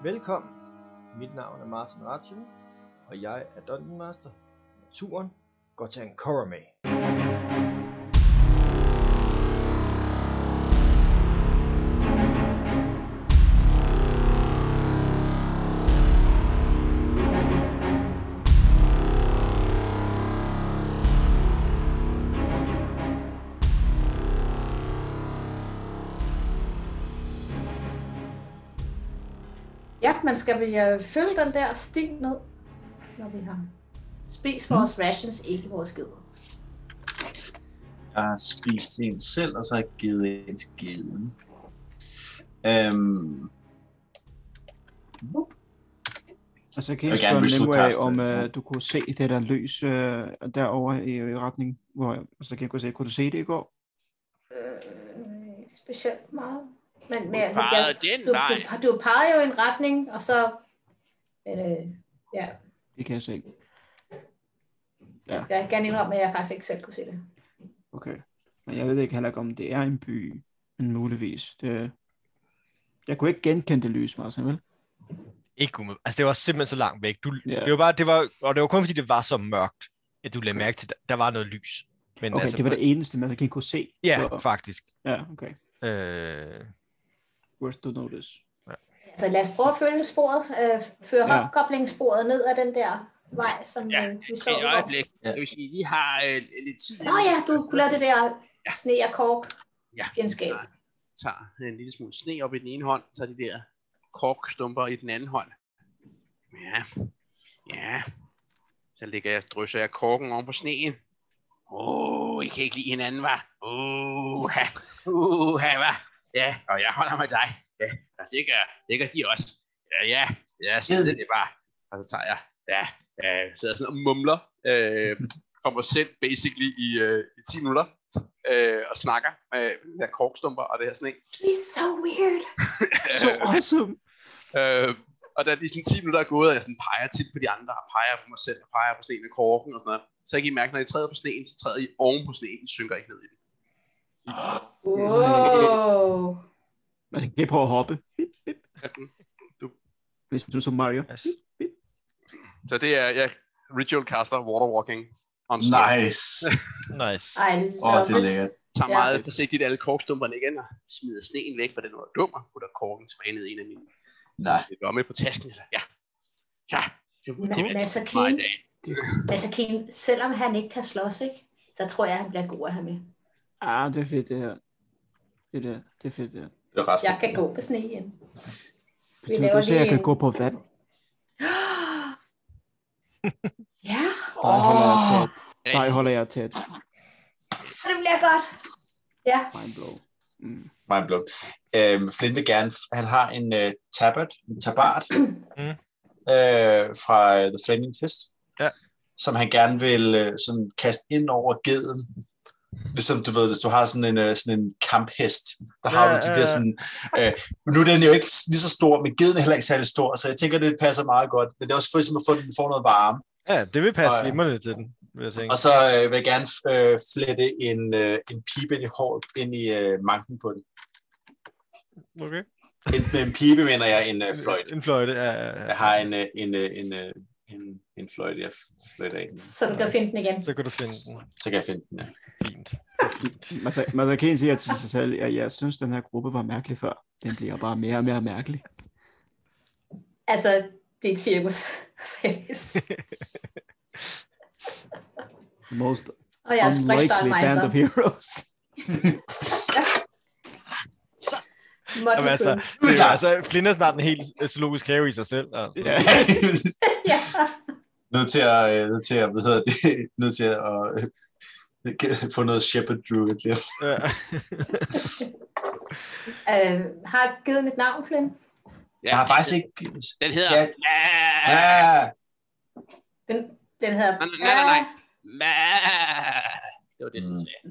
Velkommen. Mit navn er Martin Ratchen, og jeg er Dungeon Master. Turen går til Ankora med. Ja, man skal vel følge den der sti ned, når vi har spist vores rations, ikke vores geder. Jeg har spist en selv, og så har jeg givet en til geden. Og så kan jeg spørge Nimue, om du kunne se det der lys derovre i retning, hvor så kan jeg kunne se, kunne du se det i går? Specielt meget. Men altså, du pegede jo en retning, og så ja. Det kan jeg se. Ja. Jeg skal gerne indrømme, at jeg faktisk ikke selv kunne se det. Okay. Men jeg ved ikke heller om det er en by, men muligvis. Jeg kunne ikke genkende det lys, Martin, vel? Ikke umiddelbart. Altså, det var simpelthen så langt væk. Det var kun fordi det var så mørkt, at du lagde mærke til, at der var noget lys. Men okay, altså, det var det eneste, man kunne se. Ja, faktisk. Ja, okay. Worth to notice. Ja. Altså lad os prøve at følge sporet, føre opkoblingssporet ned ad den der vej, som vi så. Et øjeblik. Jeg vil sige, de har lidt tid. Nå ja, du kunne lade det der sne og kork fjendskab. Jeg tager en lille smule sne op i den ene hånd, så de der korkstumper i den anden hånd. Ja. Så drysser jeg korken oven på sneen. I kan ikke lide hinanden, hva'? Hva'? Ja, og jeg holder med dig. Ja, det gør de også. Ja, så det bare. Og så tager jeg, sidder sådan og mumler for mig selv, basically, i 10 minutter. Og snakker med der korkstumper og det her sne. He's so weird. So awesome. Og da de sådan 10 minutter er gået, og jeg sådan peger tit på de andre, og peger på mig selv, og peger på sneen med korken og sådan noget. Så kan I mærke, når I træder på sneen, så træder I oven på sneen, I synker ikke ned i den. Wow. Man skal prøve at hoppe. Hvis du så Mario. Så det er ritual caster water walking. Nice. Nice. Det er lækkert. Tager meget forsigtigt alle korkstumperne igen og smider sneen væk, for den var dum, og putter korken tilbage ned i en af mine. Det var med på tasken. Ja. Masakine, selvom han ikke kan slås, ikke, så tror jeg, han bliver god at have med. Det er fedt det her. Det er fedt det her. Jeg kan gå på sne igen. Betyder du så, jeg kan gå på vand? Ja. Der holder jeg tæt. Det bliver godt. Ja. Mind blown. Flint vil gerne, han har en tabard fra The Flaming Fist, som han gerne vil sådan kaste ind over geden. Ligesom du ved, hvis du har sådan en kamphest, der har du til det sådan. Nu er den jo ikke lige så stor, men geden er heller ikke særlig stor, så jeg tænker, det passer meget godt. Men det er også for ligesom at få den får noget varme. Ja, det vil passe glimrende til den, vil jeg tænke. Og så vil jeg gerne flette en pibe ind i manken på den. Okay. En pibe mener jeg en fløjte. En fløjte, ja. Jeg har en fløjte, jeg fletter ind. Så du kan finde den igen. Så kan du finde den. Så kan jeg finde den, ja. Fint. Masakine siger til sig selv, at jeg synes, den her gruppe var mærkelig før. Den bliver bare mere og mere mærkelig. Altså, det er et cirkus. Most og jeg unlikely band of heroes. Jamen, altså, Flint er snart en helt zoologisk have i sig selv. Altså. Ja. Nødt til at få noget shepherd druid lige. Har givet et navn, Flint? Jeg har faktisk ikke. Den hedder. Den hedder. Nej. Det var det, den sagde.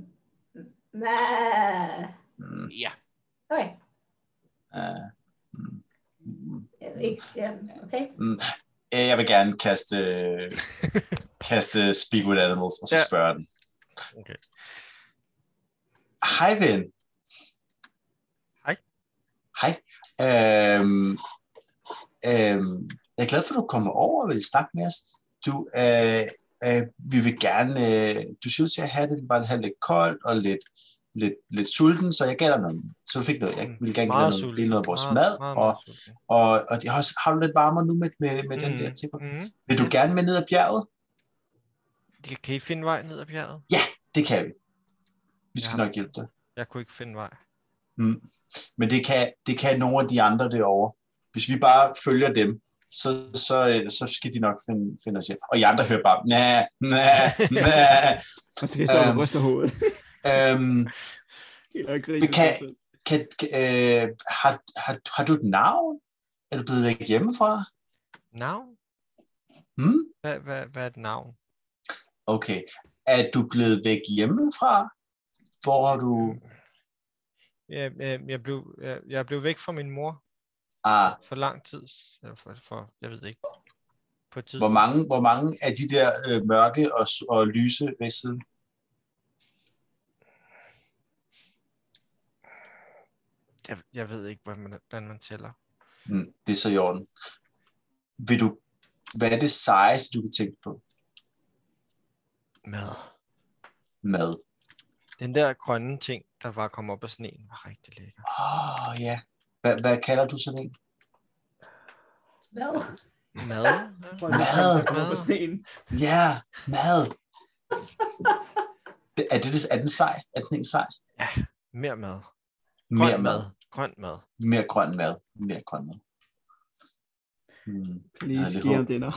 Ja. Okay. Okay. Jeg vil gerne kaste Speak with Animals, og så spørge den. Okay. Hej, ven. Hej. Hej. jeg er glad for, at du kommer over og vil snakke med os. Vi vil gerne, du ser ud til at have det, bare have lidt koldt og lidt sulten, så jeg gav dig noget. Så du fik noget. Jeg vil gerne give dig noget af vores mad, og har du lidt varmere nu med den der tipper? Vil du gerne med ned ad bjerget? Kan I finde vej ned ad bjerget? Ja, det kan vi. Vi skal nok hjælpe dig. Jeg kunne ikke finde vej. Men det kan nogle af de andre derovre. Hvis vi bare følger dem, så skal de nok finde os hjem. Og I andre hører bare, Og så kan I stå og ryste hovedet. Har du et navn? Er du blevet væk hjemmefra? Navn? Hvad er et navn? Okay. Er du blevet væk hjemmefra? Hvor har du... Jeg blev væk fra min mor. For lang tid. For jeg ved ikke. På et tidspunkt. Hvor mange af de der mørke og lyse ved siden? Jeg ved ikke, hvordan man tæller. Det er så i orden. Hvad er det sejeste, du kan tænke på? Mad. Den der grønne ting, der var kommet op af sneen, var rigtig lækker. Ja. Hvad kalder du sådan en? Mad. Mad på sneen. Ja, mad. Er den sej? Er den ikke sej? Ja, mere mad. Grøn mad. Mere grøn mad. Please give ham det nu.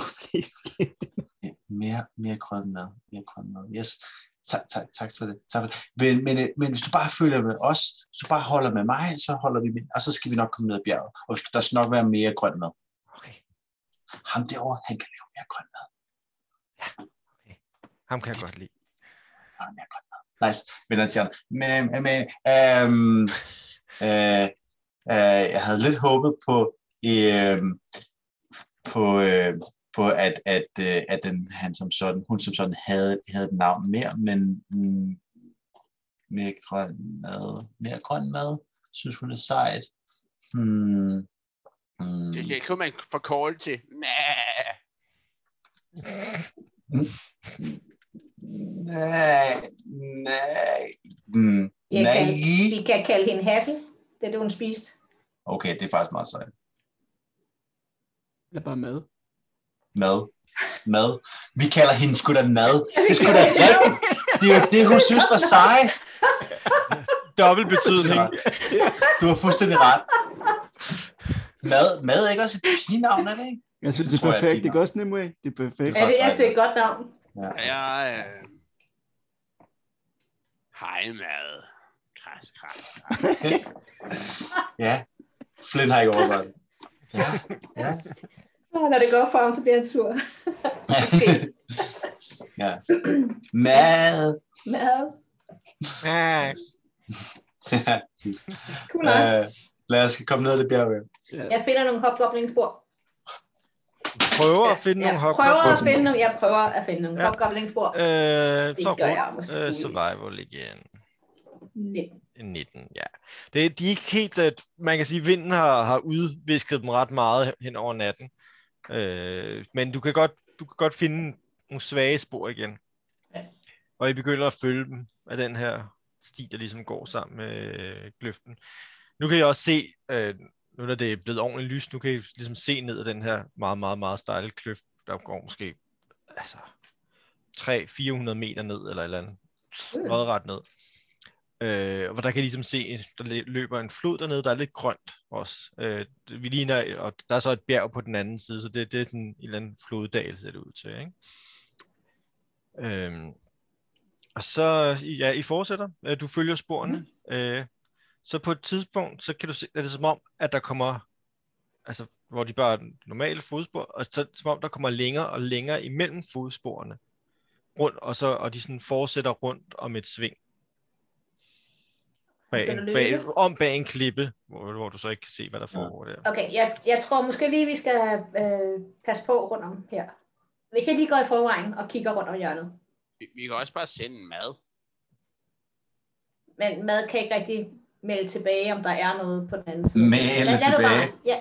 Mere grøn mad. Yes. Tak for det. Men hvis du bare følger med os, så bare holder med mig, så holder vi med, og så skal vi nok komme ned ad bjerget. Og der skal nok være mere grøn mad. Okay. Ham derovre, han kan lave mere grøn mad. Ja, okay. Ham kan jeg godt lide. Mere grøn mad. Nice. Men han siger, jeg havde lidt håbet på at hun som sådan havde et navn mere, men mere grøn mad, synes hun er sejt. Det kunne man forkorte til. Vi kan kalde hende Hassel. Det er det, hun spiste. Okay, det er faktisk meget sejt. Eller bare mad. Mad. Vi kalder hende sgu da mad. Det er sgu da rigtigt. Det er jo det, hun synes var sejst. Dobbelt betydning. Du har fuldstændig ret. Mad er ikke også et pigenavn, er det ikke? Jeg synes, det er perfekt. Det er også Nimue. Det er perfekt. Det er et godt navn. Hej mad. Kras. Ja. Flynn har ikke overvejet. Ja. Når det går for ham, så bliver han sur. Ja. Mad. Cool. Lad os komme ned ad det bjerg. Jeg finder nogle hobgoblingspor. Prøver at finde nogle hobgoblingspor. Jeg prøver at finde nogle hobgoblingspor. Det gør jeg måske. Survival igen. 19. Ja. De er ikke helt, man kan sige, vinden har udvisket dem ret meget hen over natten. Men du kan godt finde nogle svage spor igen. Ja. Og I begynder at følge dem af den her sti, der ligesom går sammen med kløften. Nu kan I også se, nu når det er blevet ordentligt lyst, nu kan I ligesom se ned ad den her meget, meget, meget stejle kløft, der går måske 300-400 meter ned, eller et eller andet, lodret ned. Hvor der kan I ligesom se, der løber en flod dernede, der er lidt grønt også. Vi ligner, og der er så et bjerg på den anden side, så det er sådan en eller anden floddal, ser det ud til, ikke? Og så, ja, I fortsætter. Du følger sporene. Så på et tidspunkt, så kan du se, at det er som om, at der kommer, altså, hvor de bare er normale fodspor, og så som om, der kommer længere og længere imellem fodsporene rundt, og de sådan fortsætter rundt om et sving. Bag en klippe, hvor du så ikke kan se, hvad der foregår der. Okay, jeg tror måske lige, vi skal passe på rundt om her. Hvis jeg lige går i forvejen og kigger rundt om hjørnet. Vi kan også bare sende mad. Men mad kan ikke rigtig melde tilbage, om der er noget på den anden side. Melde tilbage? Ja.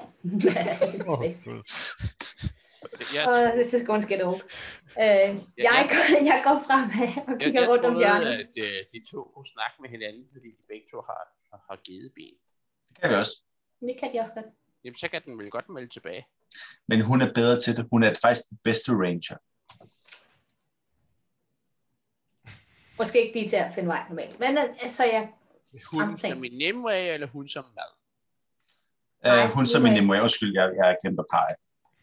This is going to get old. Jeg går fremad og kigger rundt om hjørnet. Jeg troede, at de to kunne snakke med hinanden, fordi de begge to har givet ben. Det kan vi også. Det kan de også godt. Jamen, så kan den vel godt melde tilbage. Men hun er bedre til det. Hun er faktisk den bedste ranger. Måske ikke lige til at finde vej normalt. Men så jeg... Hun som en Nimue, eller hun som mad? Hun som en Nimue. Undskyld, jeg er glemt at pege.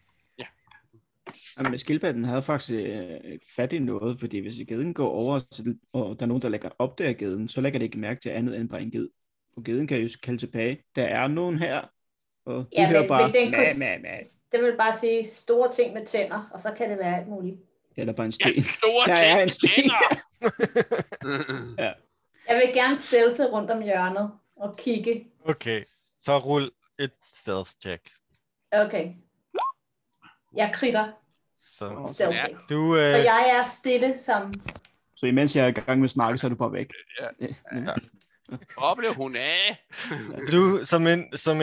Men skildpadden havde faktisk fat i noget, fordi hvis geden går over, og der er nogen, der opdager geden, så lægger det ikke mærke til andet end bare en ged. Og geden kan jo kalde tilbage, der er nogen her, og de hører bare, det vil bare sige store ting med tænder, og så kan det være alt muligt. Eller bare en sten. Ja, store ting er en med sten. tænder! Ja. Jeg vil gerne stealthe rundt om hjørnet og kigge. Okay, så rul et stealth check. Okay. Jeg kritter. Så så jeg er stille som... Så imens jeg er i gang med at snakke, så er du bare væk. Ja. Hvor blev hun af? Du som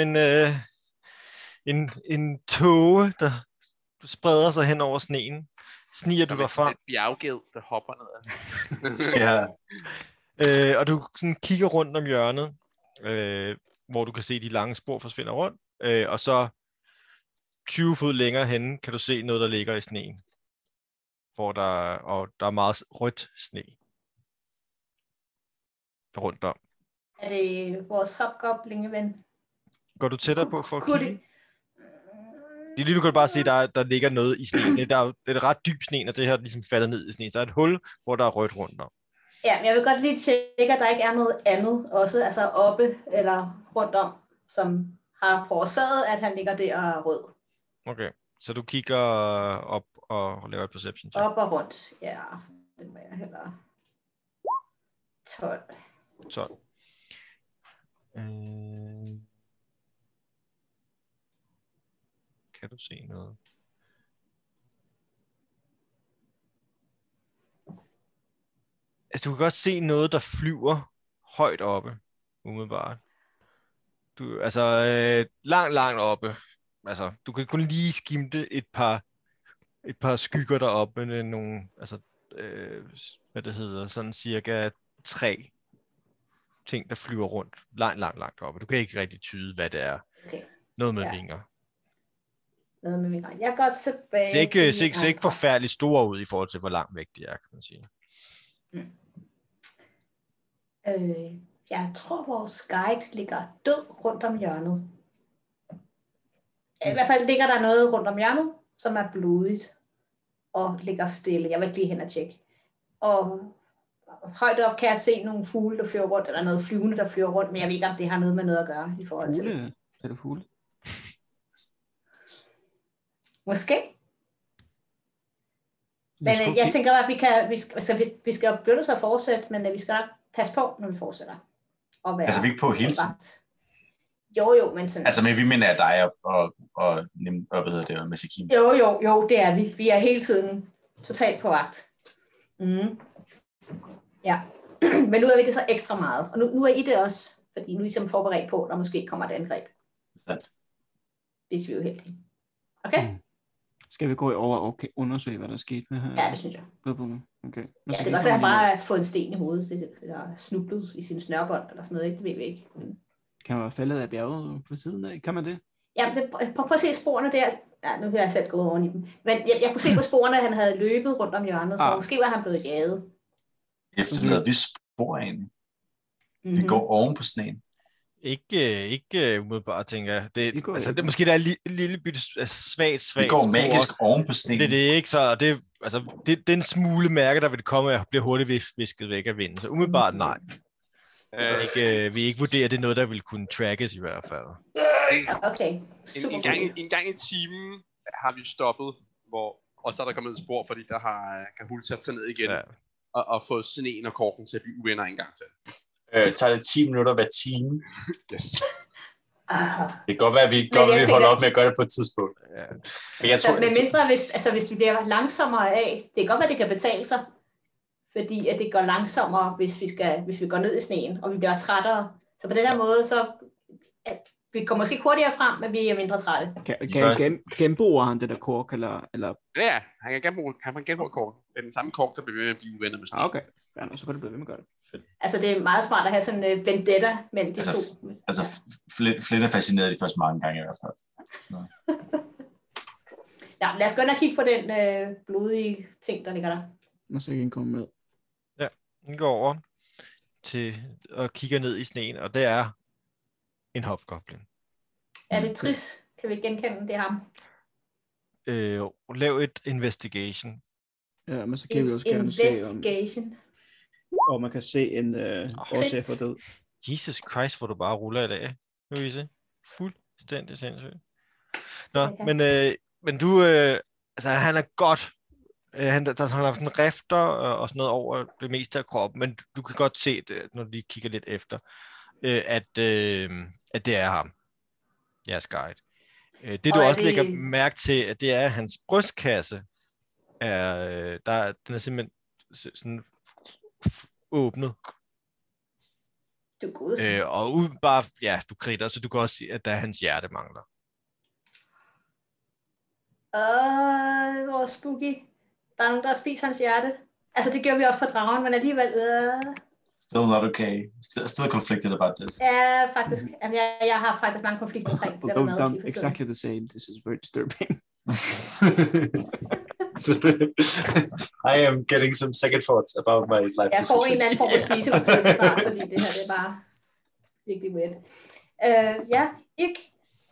en tåge, der spreder sig hen over sneen, sniger du dig frem. Et bjergged, der hopper ned. Ja. Og du sådan kigger rundt om hjørnet, hvor du kan se de lange spor forsvinder rundt, og så 20 fod længere henne kan du se noget, der ligger i sneen, hvor der er meget rødt sne rundt om. Er det vores hobgoblin-ven? Går du tættere på for at kigge? Det er lige, du kan bare se, der ligger noget i sneen. Det er et ret dyb sne, og det her ligesom falder ned i sneen. Så er et hul, hvor der er rødt rundt om. Ja, men jeg vil godt lige tjekke, at der ikke er noget andet også, altså oppe eller rundt om, som har forårsaget, at han ligger der og er rød. Okay, så du kigger op og laver et perception check. Op og rundt, ja. Det må jeg hellere. 12. 12. Kan du se noget? Altså, du kan godt se noget, der flyver højt oppe, umiddelbart. Langt oppe. Altså, du kan kun lige skimte et par skygger deroppe med nogle, sådan cirka 3 ting, der flyver rundt langt oppe. Du kan ikke rigtig tyde, hvad det er. Okay. Noget med vinger. Noget med vinger. Jeg går tilbage ser ikke forfærdeligt store ud i forhold til, hvor langt væk de er, kan man sige. Jeg tror, vores guide ligger død rundt om hjørnet. I hvert fald ligger der noget rundt om hjørnet, som er blodigt og ligger stille. Jeg vil ikke lige hen og tjekke. Og højt op kan jeg se nogle fugle, der flyver rundt, eller noget flyvende, der flyver rundt, men jeg ved ikke, om det har noget med noget at gøre i forhold til det. Er det fugle? Måske. Men jeg tænker, at vi skal begynde så at fortsætte, men vi skal nok passe på, når vi fortsætter. Vi er ikke på hele tiden? Jo, men sådan... Altså, men vi mener dig og hvad hedder det, Masakin? Jo, det er vi. Vi er hele tiden totalt på vagt. Ja, men nu er vi det så ekstra meget. Og nu er I det også, fordi nu er I ligesom forberedt på, at der måske kommer et angreb. Sandt. Hvis vi er uheldige. Okay? Skal vi gå over og undersøge, hvad der er sket med her? Ja, det synes jeg. Okay. Ja, det kan også være, at han bare har fået en sten i hovedet. Det er snublet i sin snørbånd, eller sådan noget, ikke? Det ved vi ikke. Kan man være faldet af bjerget på siden af? Kan man det? Ja, prøv at se sporene der. Ja, nu har jeg selv gået oven i dem. Men jeg kunne se på sporene, at han havde løbet rundt om hjørnet, så måske var han blevet jaget. Efterlader vi spor egentlig. Vi går oven på sneen. Ikke umiddelbart, tænker jeg. Det er måske der er et lille bytte svagt Vi går magisk oven på sneen. Det er ikke så. Det er en smule mærke, der vil komme og bliver hurtigt visket væk af vinden. Så umiddelbart nej. Vi ikke vurderer, det er noget, der vil kunne trackes i hvert fald. Okay. En gang i timen har vi stoppet, og så er der kommet et spor, fordi der har Kahul sat sig ned igen, og fået sneen og korken til at blive uvenner en gang til. Tager det 10 minutter hver time? Yes. Det kan godt være, at vi holder op med at gøre det på et tidspunkt. Ja. Men jeg tror, med mindre, hvis vi bliver langsommere af, det kan godt være, det kan betale sig, fordi at det går langsommere, hvis vi går ned i sneen, og vi bliver trættere, Så på den her måde, så vi går måske hurtigere frem, men vi er mindre trætte. Kan genbruger han det der kork, eller? Ja, han kan genbruge kork. Det er den samme kork, der bliver ved med at blive uvenner med sådan. Okay. Ja, så kan det blive ved med at gøre det. Fedt. Altså, det er meget smart at have sådan en vendetta mellem de to. Altså, Flint er fascineret de første mange gange i hvert fald. Ja, lad os gå ind og kigge på den blodige ting, der ligger der. Og så kan den komme med. Ja, den går over til og kigger ned i sneen, og det er en hobgoblin. Er det Tris? Kan vi genkende det ham? Lav et investigation. Ja, men så kan vi også gerne se, om man kan se en også for død. Jesus Christ, hvor du bare ruller i dag. Nu vil I se. Fuldstændig sindssygt. Nå, okay. Men du, altså han er godt, han har sådan rifter og sådan noget over det meste af kroppen, men du kan godt se det, når du lige kigger lidt efter, at det er ham. Jeres guide. Det du også lægger mærke til, at det er hans brystkasse, den er simpelthen sådan åbnet. Og ud bare, ja, du kritter, så du kan også se, at der er hans hjerte mangler. Hvor spooky. Der er nogen, der spiser hans hjerte. Altså, det gør vi også på dragen, men alligevel... Still not okay. Still conflicted about this. Ja, faktisk. Jamen, jeg har faktisk mange konflikter omkring det. Done exactly the same. This is very disturbing. I am getting some second thoughts about my life decisions. Jeg får en eller anden form for spiseforstyrrelse snart, fordi det her det er bare virkelig weird. Ja, ikke?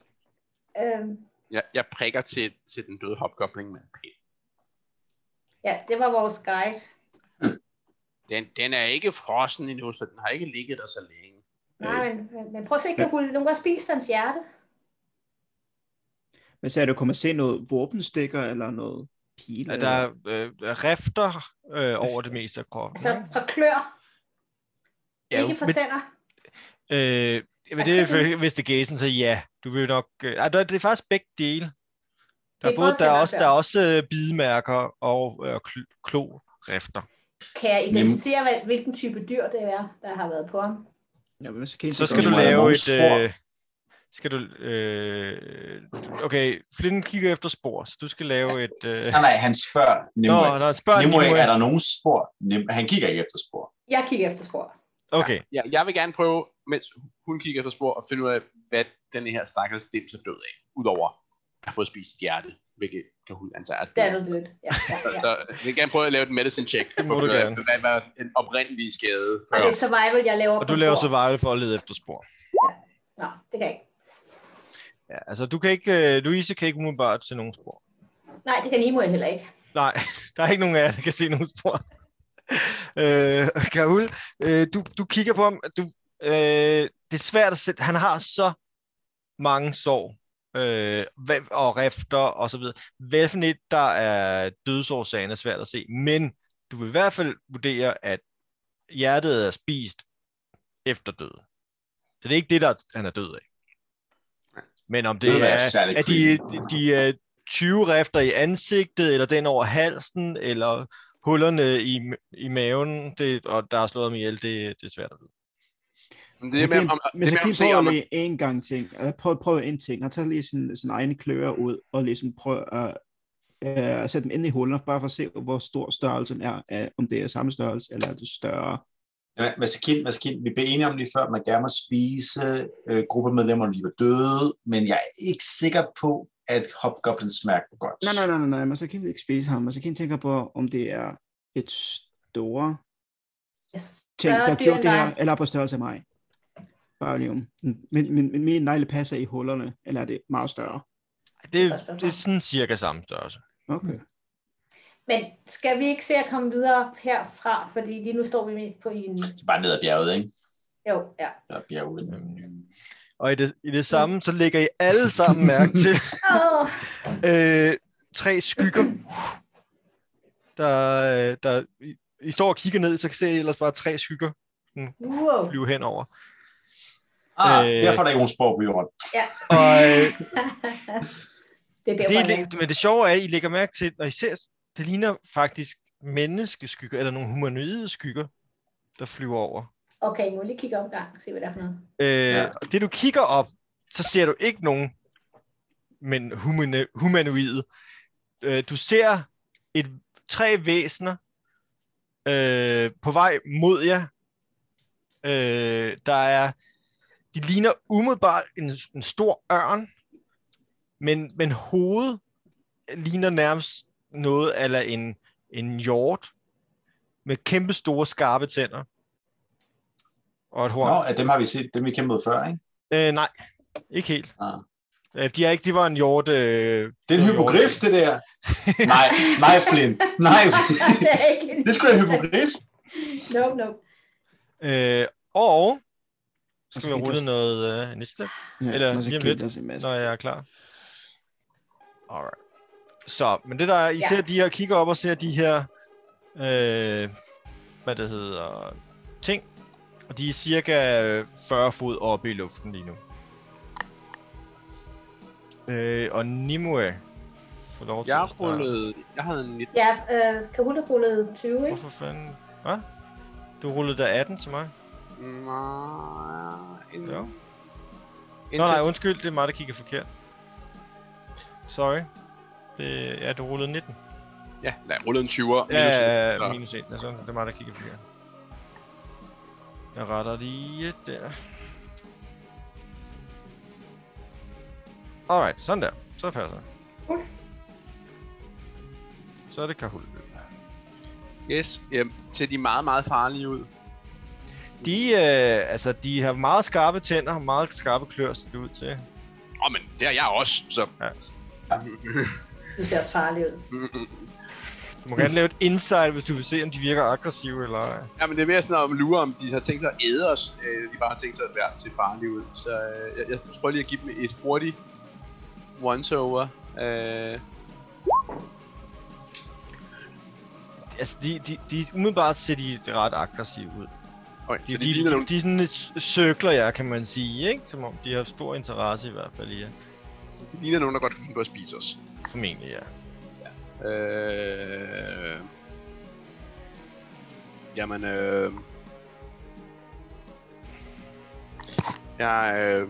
Jeg prikker til den døde hobgoblin med en pind. Ja, det var vores guide. Den er ikke frossen endnu, så den har ikke ligget der så længe. Nej, men prøv at se, kan nogen har spist hans hjerte. Hvad sagde du, kunne man se noget våbenstikker eller noget pile? Der er rifter over det meste af kroppen. Altså fra klør? Ja, ikke fra tænder? Men det er, hvis det er gæsen, så ja. Du vil nok... det er faktisk begge dele. Der er også bidemærker og klorifter. Kan jeg identificere, hvilken type dyr det er, der har været på ham? Ja, så skal du lave et... Okay, Flint kigger efter spor, så du skal lave et... Nej, han spørger Nimue. Er der nogen spor? Han kigger ikke efter spor. Jeg kigger efter spor. Okay. Ja, jeg vil gerne prøve, mens hun kigger efter spor, at finde ud af, hvad den her stakkels dims er død af, udover at have fået spist hjerte, hvilket kan hun antage. Det er det. Ja. Så jeg vil gerne prøve at lave et medicine check, for hvad var en oprindelig skade. Og det er survival, jeg laver. Og du laver survival for at lede efter spor. Ja. Nå, det kan jeg ikke. Ja, altså du kan ikke, Louise kan ikke umiddelbart se nogen spor. Nej, det kan Nimue heller ikke. Nej, der er ikke nogen af jer, der kan se nogen spor. Karul, du kigger på ham. Det er svært at sætte. Han har så mange sår og rifter og så videre. Hvad for et, der er dødsårsagen, er svært at se. Men du vil i hvert fald vurdere, at hjertet er spist efter død. Så det er ikke det, han er død af. Men om det er de 20 rifter i ansigtet, eller den over halsen, eller hullerne i maven, og der er slået ham ihjel, det er svært at vide. Men så kan prøve lige en gang ting. Prøv en ting. Han tager lige sin egne kløer ud, og ligesom prøv at sætte dem ind i hullerne, bare for at se, hvor stor størrelsen er, om det er samme størrelse, eller er det større. Ja, Maskin, vi blev enige om lige før, at man gerne må spise gruppemedlemmer, når de var døde, men jeg er ikke sikker på, at hobgoblin smager godt. Nej, man så kan vi ikke spise ham. Man så kan tænke på, om det er et store ting, der gjorde det her, eller på størrelse af mig. Bare lige om. Men min negle passer i hullerne, eller er det meget større? Det er sådan cirka samme størrelse. Okay. Men skal vi ikke se at komme videre herfra, fordi lige nu står vi midt på en... Bare ned ad bjerget, ikke? Jo, ja. Ja, bjerget. Og i det samme, så lægger I alle sammen mærke til 3 skygger. I står og kigger ned, så kan I se ellers bare 3 skygger flyve henover. Derfor er der ikke nogen spor på jorden. Ja. Men det sjove er, at I lægger mærke til, når I ser, det ligner faktisk menneskeskygger, eller nogle humanoide skygger, der flyver over. Okay, nu lige kigge op gang, se hvad det er for noget. Det du kigger op, så ser du ikke nogen men humanoide. Du ser 3 væsener på vej mod jer. De ligner umiddelbart en stor ørn, men hovedet ligner nærmest noget eller en hjort med kæmpe store skarpe tænder og et horn. Nå, dem har vi set, dem vi kæmpede før, ikke? Nej, ikke helt. De var en hjort. Det er en hypogrif, det der. Nej, Flynn. Nej, det skulle være en hypogrif. No. Og så skal vi rulle noget næste. Eller lige om lidt, når jeg er klar. Alright. Så, men det der er, I ser de her, kigger op og ser de her, hvad det hedder, ting. Og de er cirka 40 fod oppe i luften lige nu. Og Nimue får lov til at starte. Jeg havde en 19. Ja, Kahula rullede 20, ikke? Hvorfor fanden? Hvad? Du rullede da 18 til mig. Nej. Nej, undskyld, det er mig, der kigger forkert. Sorry. Du rullede 19. Ja, jeg rullede en 20'er. Ja, minus 1. Altså, det er mig, der kigger forkert. Jeg retter lige der. Alright, sådan der. Så passer det. Så er det Kahul. Yes, ser de meget, meget farlige ud? De har meget skarpe tænder og meget skarpe klør, ser det ud til. Men det er jeg også, så... Ja. Det ser også farligt ud. Du må gerne lave et insight, hvis du vil se, om de virker aggressive eller... Ja, men det er mere sådan at lure, om de har tænkt sig at æde os. De bare har tænkt sig at være se farlige ud. Så jeg prøver lige at give dem et hurtigt once-over. Altså, de umiddelbart ser de ret aggressive ud. Okay, de er sådan lidt cirkler jer, kan man sige, ikke? Som om de har stor interesse i hvert fald i jer. Det ligner nogen, der godt kan finde på at spise os. Formentlig, ja. Jamen, jeg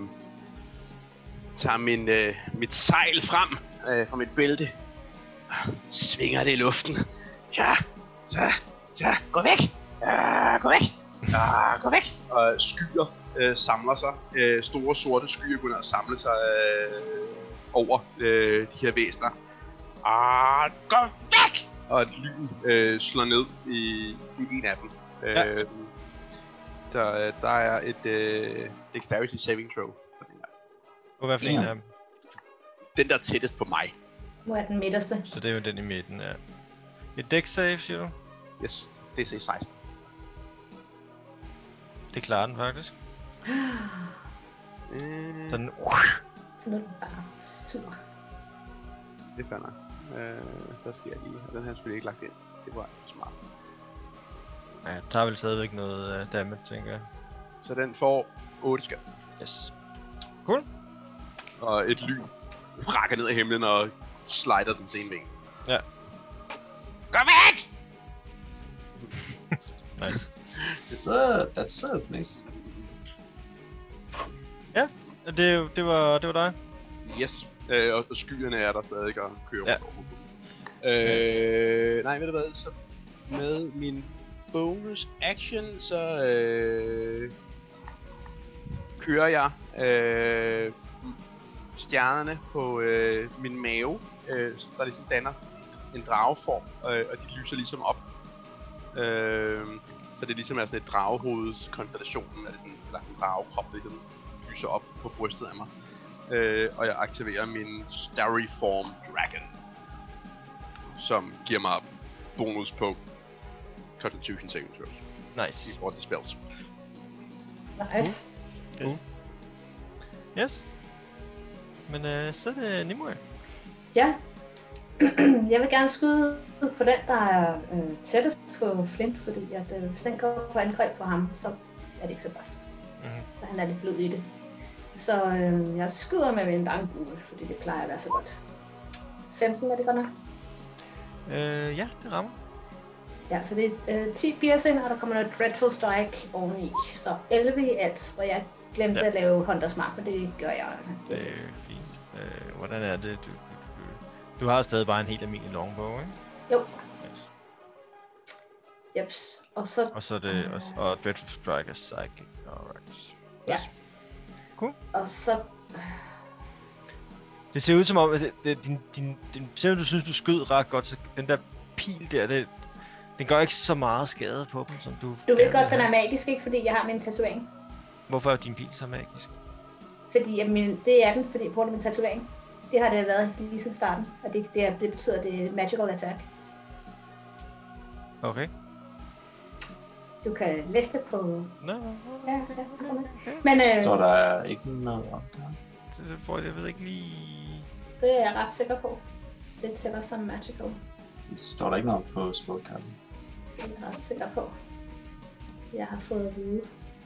tager mit sejl frem fra mit bælte. Svinger det i luften. Ja, gå væk! Gå væk! Gå væk! Og skyer samler sig. Store sorte skyer begynder at samle sig over de her væsener. Gå væk! Og et lyn slår ned i en af dem. Ja. Der er et dexterity saving throw på den her. Og hvad for en af dem? Den der er tættest på mig. Nu er den midterste. Så det er jo den i midten, ja. Et dex save, siger du? Yes, DC 16. Det klarer den faktisk. Sådan. Så nu er den bare sur. Det er fair nok. Så skal jeg lige... Den her er selvfølgelig ikke lagt ind. Det var smart. Ja, det tager vel stadigvæk noget damage, tænker jeg. Så den får 8 skade. Yes. Cool. Og et lyn rakker ned af himlen og slider den til en vinge. Ja. Gå væk! Nice. That's it, nice. Ja, det var dig. Yes. Og skyerne er der stadig og kører ja. Nej, ved du hvad, så med min bonus action, så kører jeg stjernerne på min mave, der ligesom danner en drageform, og de lyser ligesom op. Så det ligesom er sådan et dragehoveds konstellationen, er det sådan, eller en dragekrop, der ligesom lyser op på brystet af mig. Og jeg aktiverer min Starry Form Dragon, som giver mig bonus på Constitution saving throws. Nice. I ordentlige spells. Nice. Yes. Men så er det Nimue. Ja. Jeg vil gerne skyde på den, der er tættest på Flint, fordi at, hvis den går på angreb på ham, så er det ikke så godt. Så han er lidt blød i det. Så jeg skyder med min langbue, fordi det plejer at være så godt. 15 er det godt nok? Ja, det rammer. Ja, så det er 10 piercing, og der kommer noget Dreadful Strike oveni. Så 11 i alt, hvor jeg glemte at lave Hunters Mark, men det gør jeg. Det er fint. Hvordan er det? Du har stadig bare en helt almindelig longbow, ikke? Jo. Yes. Jeps. Og så er det og Dreadful Strike er Psychic. Alright. Ja. Cool. Og så... Det ser ud som om, at selvom du synes, du skød ret godt, så den der pil der, den gør ikke så meget skade på dem, som du... Du ved godt, den er magisk, ikke? Fordi jeg har min tatovering. Hvorfor er din pil så magisk? Fordi det er den, fordi på grund af min tatovering. Det har det været lige siden starten, og det betyder, at det er magical attack. Okay. Du kan læse det på... No. Ja. Men, står der ikke noget om det? Jeg ved ikke lige... Det er jeg ret sikker på. Det tæller som magical. Det står der ikke noget på spilkarten. Det er jeg ret sikker på. Jeg har fået at vide.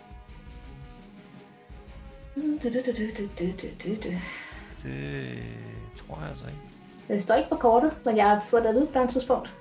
Det tror jeg altså ikke. Det står ikke på kortet, men jeg har fået det at vide på et tidspunkt.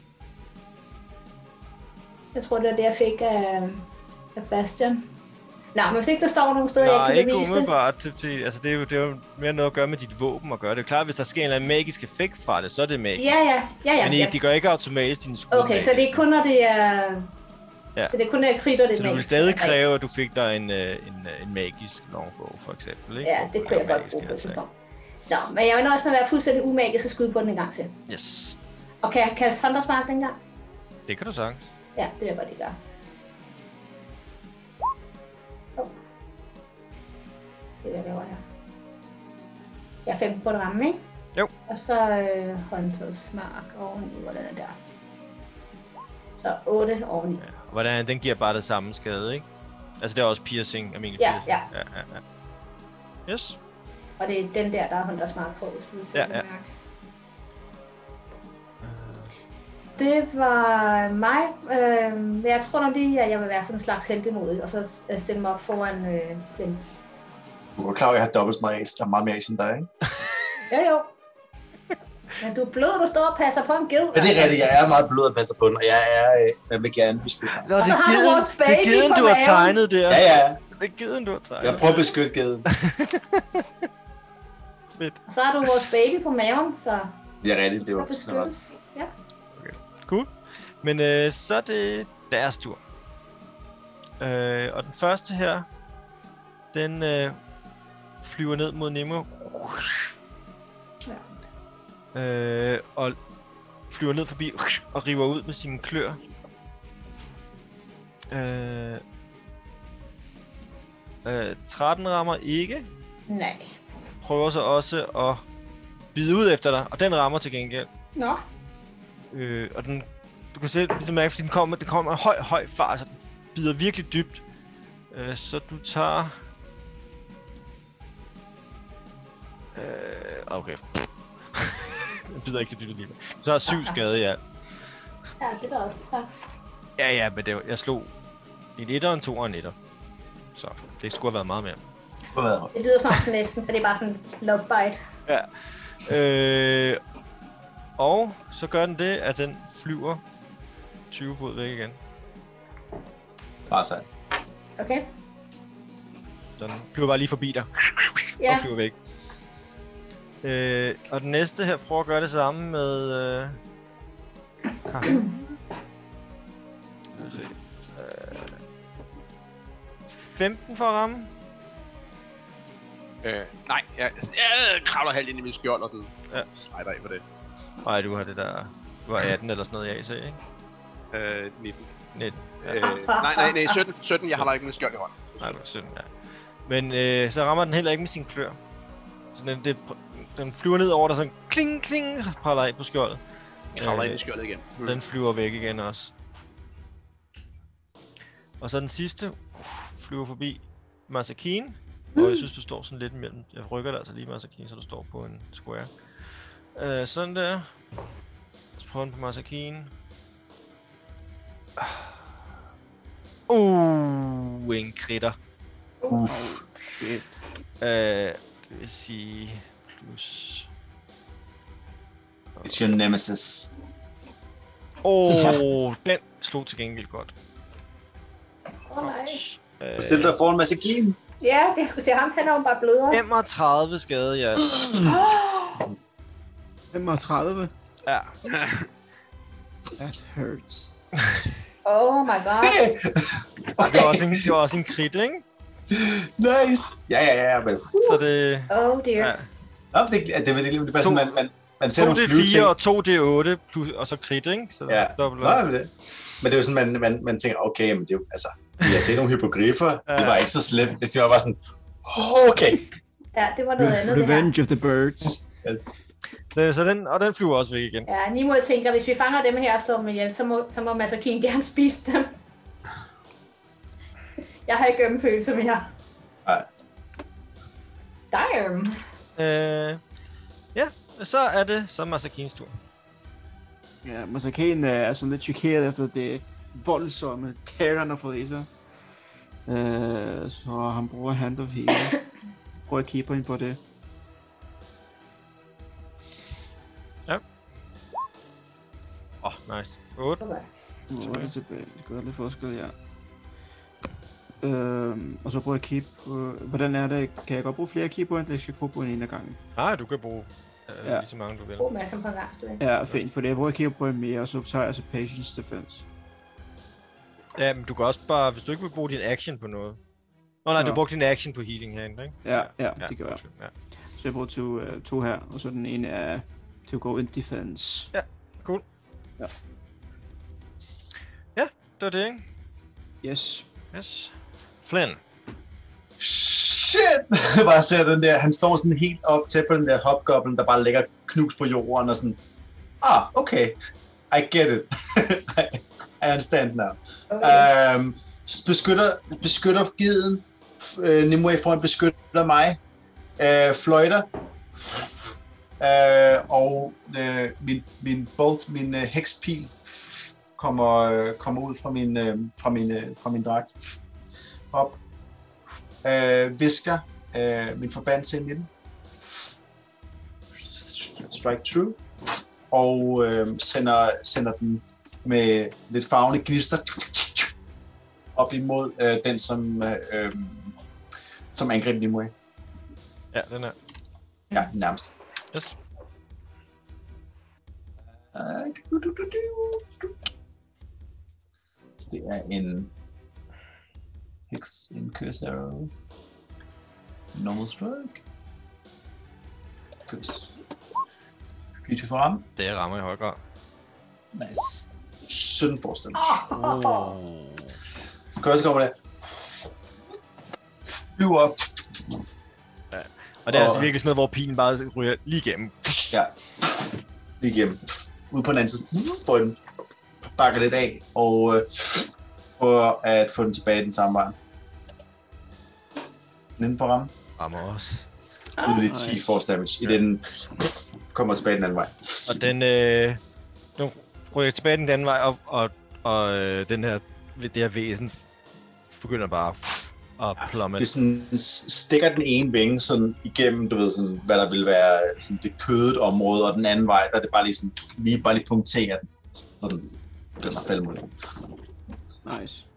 Jeg tror, det er det, jeg fik af Bastian. Nej, men hvis ikke der står nogen steder, jeg kan bevise det. Nej, ikke umiddelbart. Altså, det er jo mere noget at gøre med dit våben at gøre. Det er klart, hvis der sker en eller anden magisk effekt fra det, så er det magisk. Ja. Men det gør ikke automatisk dine skud. Okay, så det er kun, når det er... Ja. Så det er kun, når jeg kritter, det er så magisk. Så du vil stadig kræve, at du fik dig en magisk longbow, for eksempel, ikke? Ja, det kunne jeg godt bruge på et tidspunkt. Nå, men jeg vil nøjes med at være fuldstændig umagisk og skyde på den en gang til. Yes. Og kan jeg kaste Hunters Mark den gang? Det kan du sagtens. Ja, det vil jeg godt lige gøre. Se, hvad jeg laver her. Jeg er 15 på det ramme, ikke? Jo. Og så Hunters Mark oveni, hvordan er der? Så 8 oveni. Ja. Hvordan, den giver bare det samme skade, ikke? Altså det er også piercing, almindelig ja, piercing. Ja. Yes. Og det er den der er Hunters Mark på, hvis du vil se den mærke. Det var mig. Jeg tror nok lige, at jeg vil være sådan en slags heltemodig, og så stille mig op foran Flint. Du er klar, at jeg har dobbelt meget mere end dig, ikke? Jo. Men du er blød, du står og passer på en ged. Ja, det er rigtigt. Jeg er meget blød og passer på den, og jeg vil gerne beskytte ham. Nå, det er geden, du har tegnet der. Ja. Det er geden, du har tegnet. Jeg prøver at beskytte geden. Fedt. Og så har du vores baby på maven, så... Det er rigtigt, det var beskyttes. Ja. Okay. Cool. Men så er det deres tur. Og den første her, den flyver ned mod Nemo. Ja. Og flyver ned forbi og river ud med sine klør. 13 rammer ikke. Nej. Prøver så også at bide ud efter dig, og den rammer til gengæld. Nå. Og den, du kan se, lidt mærke, fordi den kommer med høj fart, så den bider virkelig dybt. Så du tager... Okay. Den bider ikke så dybt alligevel. Så har 7 skade i alt. Ja, det er da også slags. Ja, men jeg slog en 1'er, en 2'er og en 1'er. Så det skulle have været meget mere. Det lyder faktisk næsten, for det er bare sådan love bite. Ja. Og så gør den det, at den flyver 20 fod væk igen. Bare sådan. Okay. Så den flyver bare lige forbi dig. Ja. Og flyver væk. Og den næste her prøver at gøre det samme med... Karen. 15 for at ramme. Nej, jeg kravler halvt ind i min skjold, og du slider af på det. Nej, du har det der... Du var 18 eller sådan noget i AC, ikke? 19. Nej, 17. Jeg har da ikke min skjold i hånden. Nej, det var 17, ja. Men så rammer den heller ikke med sin klør. Så den flyver ned over dig sådan kling, praller af på skjoldet. Kravler ind i skjoldet igen. Den flyver væk igen også. Og så den sidste flyver forbi Masakine. Og jeg synes, du står sådan lidt imellem. Jeg rykker dig altså lige Masakine, så du står på en square. Sådan der. Så prøver den på Masakine. En kritter. Shit. Det vil sige plus... It's your nemesis. Den slog til gengæld godt. Nej. Du stiller dig foran Masakine. Ja, det er ham, han er jo bare blødere. 35 skade, ja. 35? Ja. That hurts. Oh my god. Det var også en crit, ikke? Nice. Ja, men... Så det... Oh dear. Ja. Nå, det er bare sådan, man ser nogle 2D4 og 2D8, plus, og så crit, ikke? Så ja. dobbelt. Nå, men det er jo sådan, man tænker, okay, men det er jo, altså, vi har set nogle hypogriffer, det var ikke så slemt, det var bare sådan, okay. Ja, det var noget andet, Revenge of the Birds. Så den flyver også væk igen. Ja, Nimue tænker, hvis vi fanger dem her og slår dem ihjel, så må Masakine gerne spise dem. Jeg har ikke følelse mere. Nej. Damn. Ja, så er det så Masakines tur. Ja, Masakine er sådan lidt chokeret efter det voldsomme terror, han har fået i sig. Så han bruger Hand of Healing. Prøv at kigge ind på det. Ja. Nice. 8. Nu er det tilbage. Det gør lidt forskel, ja. Og så prøver jeg keep. Hvordan er det? Kan jeg godt bruge flere keypoints, eller skal jeg kun bruge en af gangen? Nej, du kan bruge lige så mange du vil. Brug masser på gang, du vil. Ja, fint, for det jeg bruger keypoint mere, og så tager jeg altså Patience Defense. Ja, men du kan også bare, hvis du ikke vil bruge din action på noget. Nej, du brugte din action på healing herinde, ikke? Ja, det gør jeg. Ja. Så jeg bruger to her, og så den ene er to go in defense. Ja, cool. Ja. Ja, det var det, ikke? Yes. Flynn. Shit! Bare ser den der, han står sådan helt op til på den der hobgoblin, der bare ligger knus på jorden og sådan, okay, I get it. I understand now. Okay. Beskytter geden, Nimue foran beskytter mig, fløjter, og min bolt, min hekspil kommer ud fra min dragt op, visker min forbandelse ind i den, strike true, og sender den med lidt farvende gnister op imod den, som angreb Nimue. Ja, den er. Ja, nærmest. Yes. Så det er en Hex in Curse Arrow. Normal strike. Curse. 24 for ramme. Det rammer i høj grad. Nice. 17 forstand. Så curse kommer der. Flyver op. Ja. Og det er altså virkelig sådan noget, hvor pilen bare ryger lige igennem. Ja. Lige igennem. Ude på den anden side. Får den. Bakker lidt af. Og prøver at få den tilbage den samme vej. Den for ramme. Rammer også. Yderligere 10 force damage, i den kommer tilbage den anden vej. Og den ryger tilbage den anden vej, og den her, det her væsen begynder bare at plumme. Det sådan stikker den ene vinge sådan igennem, du ved, sådan, hvad der vil være sådan det kødet område, og den anden vej, der er det bare lige sådan, bare lige punkterer den. Sådan, den har faldet mod den. Nice.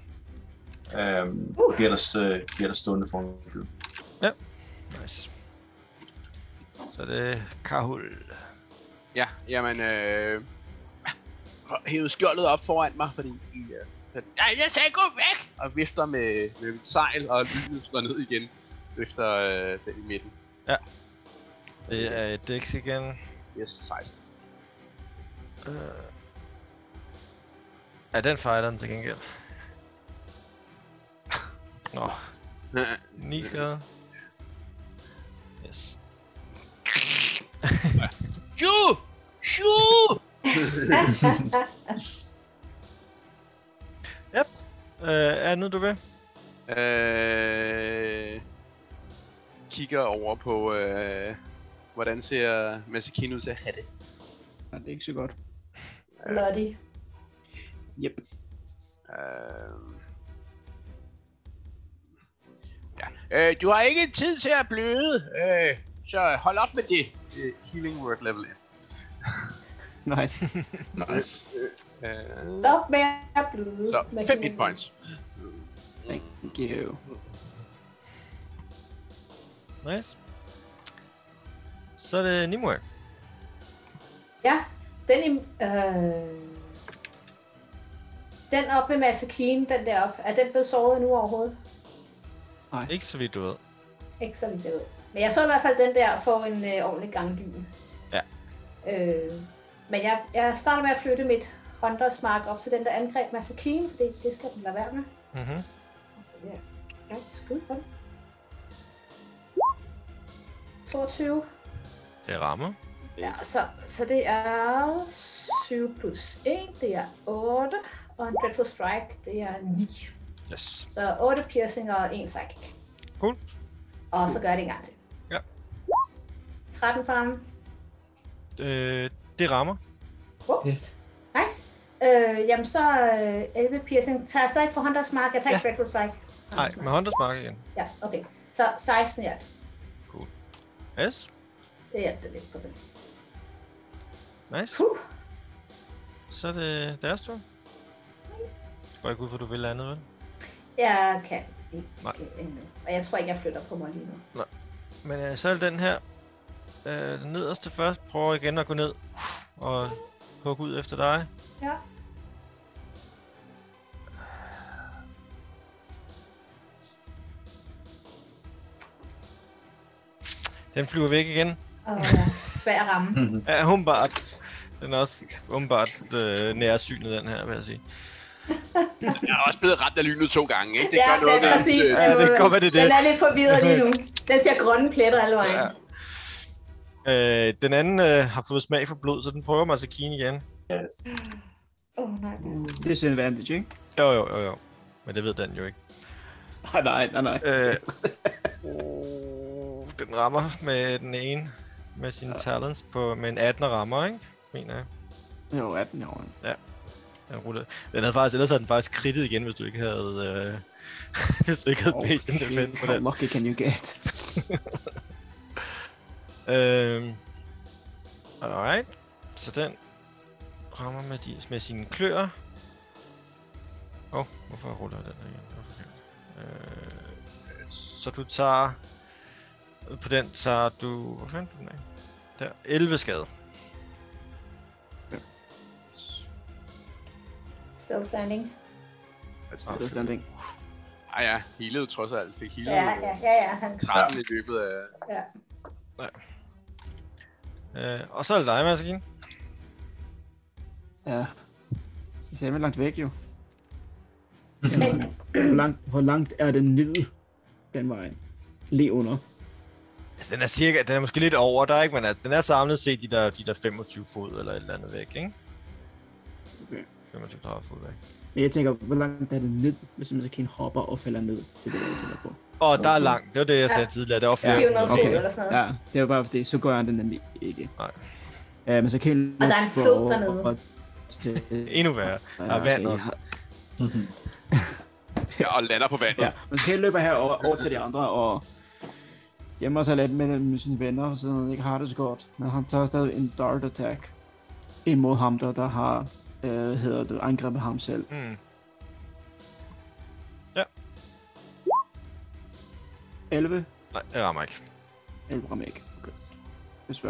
Bliver der stående foran givet. Ja, nice. Så det er Kahul. Ja, jamen, hævet skjoldet op foran mig, fordi jeg skal gå væk! Og vifter med mit sejl, og lynet slår ned igen, efter den i midten. Ja. Det er et dex igen. Yes, 16. Ja, den fejler den til gengæld. Nå. 9 skade. Yes. Shoo! Yep. Er det noget, du vil? Kigger over på, hvordan ser Masakine ud til at have det. Ja, det er ikke så godt. Bloody. Yep. Ja. Du har ikke tid til at bløde, så hold op med det. Healing word level 1. Nice. Nice. Stop med at bløde. Så 5 hit points. Thank you. Nice. Så er det Nimue. Ja, den oppe ved Masakine, den deroppe, er den blevet såret nu overhovedet? Ikke så vidt du ved. Ikke så vidt jeg ved. Men jeg så i hvert fald den der få en ordentlig gangdyne. Ja. Men jeg starter med at flytte mit Hunters Mark op til den der angreb Masakine, fordi det skal den lade være med. Mhm. Så vil jeg gerne skyde på den. 22. Det rammer. Ja, så det er 7 plus 1, det er 8, og en Dreadful Strike, det er 9. Yes. Så 8 piercing og 1 psychic. Cool. Og så gør jeg det en gang til. Ja. 13 på ham. Det rammer. Nice. Jamen så 11 piercing. Tager jeg stadig for Hunters Mark? Jeg tager ikke Dreadful Strike. Nej, med Hunters Mark igen. Ja, okay. Så 16 hjert. Cool. Yes. Det hjælper lidt på det. Nice. Så er det deres tur. Går ikke ud, for du vil andet, vel? Jeg kan ikke. Nej. Og jeg tror ikke, jeg flytter på mig lige nu. Nej. Men så er det den her. Den nederste først. Prøver igen at gå ned og hugge ud efter dig. Ja. Den flyver væk igen. Svær at ramme. Ja, humbbart. Den er også humbbart nærsynet, den her, vil jeg sige. Jeg er også blevet ramt af lynet 2 gange, ikke? Det ja, gør noget det er præcis. Ja, det kommer det. Den er lidt forvirret lige nu. Den ser grønne pletter alle vejen. Ja. Den anden har fået smag for blod, så den prøver Masakine igen. Yes. Nej. Det er sin advantage, ikke? Jo. Men det ved den jo ikke. Nej. Den rammer med den ene, med sine talents med en 18 rammer, ikke? Mener jeg. Jo, 18 år. Ja. Den havde faktisk, ellers havde den faktisk kridtet igen, hvis du ikke havde, hvis du ikke havde patient defense på den. How lucky can you get? Alright. Så den rammer med sine kløer. Hvorfor ruller jeg den her igen? Så du tager... På den tager du... Hvor fanden er den af? Der. 11 skade. Still standing. Still standing. Ja, healede trods alt. Fik healet Ja. Han 13 i løbet af... Ja. Og så er det dig, Masakine. Ja. Det ser langt væk, jo. Men... Hvor langt er den ned den vejen? Lige under. Altså, den er måske lidt over der, ikke? Men den er samlet set de der 25 fod eller et eller andet væk, ikke? Okay. 25-30 fod væk. Men jeg tænker, hvor langt er det ned, hvis man så kan hoppe og falder ned? Det er det, jeg tænker på. Der er langt. Det var det, jeg sagde tidligere. Det var 400 fod eller sådan noget. Ja, det er jo bare fordi, så går jeg den nemlig ikke. Nej. Men så kan og der er en flod dernede. Endnu værre. Der er vand også. Ja, og lander på vandet. Ja, man skal løbe her over til de andre og gemmer sig lidt med sine venner, så han ikke har det så godt. Men han tager stadig en dart attack imod ham, der har angrebet ham selv. Ja. 11? Nej, det rammer ikke. 11 rammer ikke. Okay. Desværre.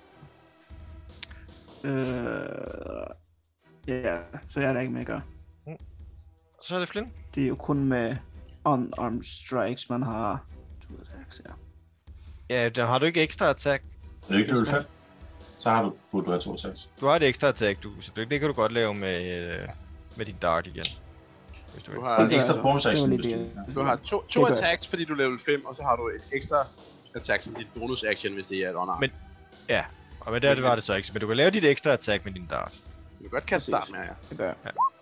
Ja, så jeg er der ikke med at gøre. Så er det Flynn. Det er jo kun med unarmed strikes, man har 2 attacks, ja. Ja, der har du ikke ekstra attack. Er det ikke level 5? Så burde du have 2 attacks. Du har et ekstra attack, så det kan du godt lave med din dart igen. Hvis du Du vil. har, En ekstra bonus action, hvis du har to attacks, fordi du er level 5, og så har du et ekstra attack som dit bonus action, hvis det er et unarmed. Men, ja, men det var det så ikke. Men du kan lave dit ekstra attack med din dart. Du kan godt kaste start med, ja. Det gør jeg.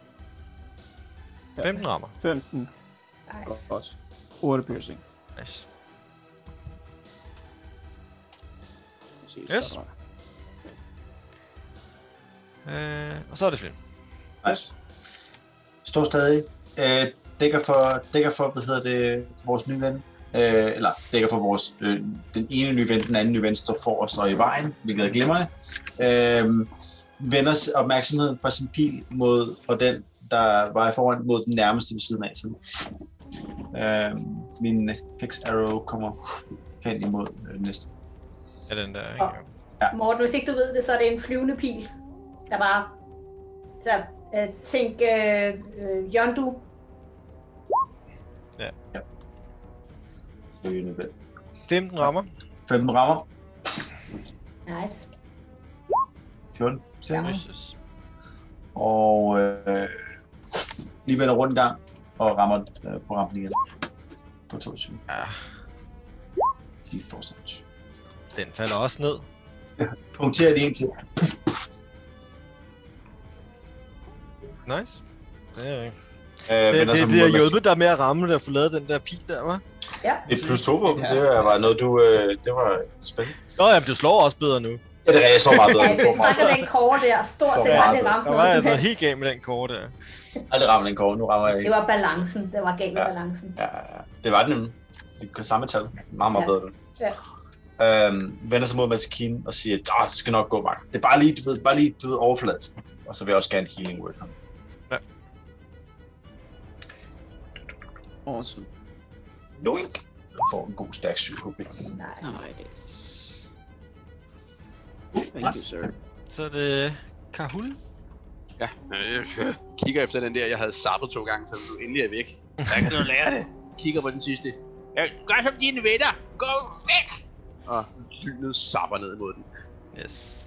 Ja. 15 rammer. 15. Nice. Godt. 8 piercing. Nice. Yes. Og så er det Flynn. Nice. Står stadig. Dækker for vores nye ven. Eller dækker for vores, den ene nye ven, den anden nye ven står forrest og i vejen, hvilket er glimrende. vender opmærksomheden fra sin pil fra den, der var i foran, mod den nærmeste ved siden af. Så min hex arrow kommer hen imod næste. Ja, den der, ikke? Ja. Morten, hvis ikke du ved det, så er det en flyvende pil. Der bare... Så tænk Yondu. Ja. 15 rammer. 15 rammer. Nice. 14. Jesus. Og lige vender rundt en gang og rammer på rampen igen. På 22. Ja. De fortsat. Den falder også ned. Punkterer de en til. Puff, puff. Nice. Det er det har hjulpet dig med at ramme det og få lavet den der pik der, hva'? Ja. Et +2 på dem, det var noget, det var spændende. Nå ja, du slår også bedre nu. Ja, det er jeg slår meget bedre. Ja, det trækker den kåre der, stort set aldrig ramt noget som helst. Der var helt galt med den kåre der. Aldrig ramt den kåre, nu rammer jeg ikke. Det var balancen, det var galt med balancen. Ja, det var den. Det er samme tal. Meget bedre. Ja. Vender sig mod Masakine og siger, det skal nok gå, Mark. Det er bare lige, du ved, overfladet. Og så vil jeg også gerne healing word ham. Ja. Awesome. Noink. Jeg får en god stærk 7 HP. Nice. Thank you, sir. Så er det Kahul. Ja, jeg kigger efter den der, jeg havde zappet 2 gange, så du endelig er væk. Så kan du lære det. Kigger på den sidste. Gør som dine venner. Gå væk! Og lynet zapper ned imod den. Yes.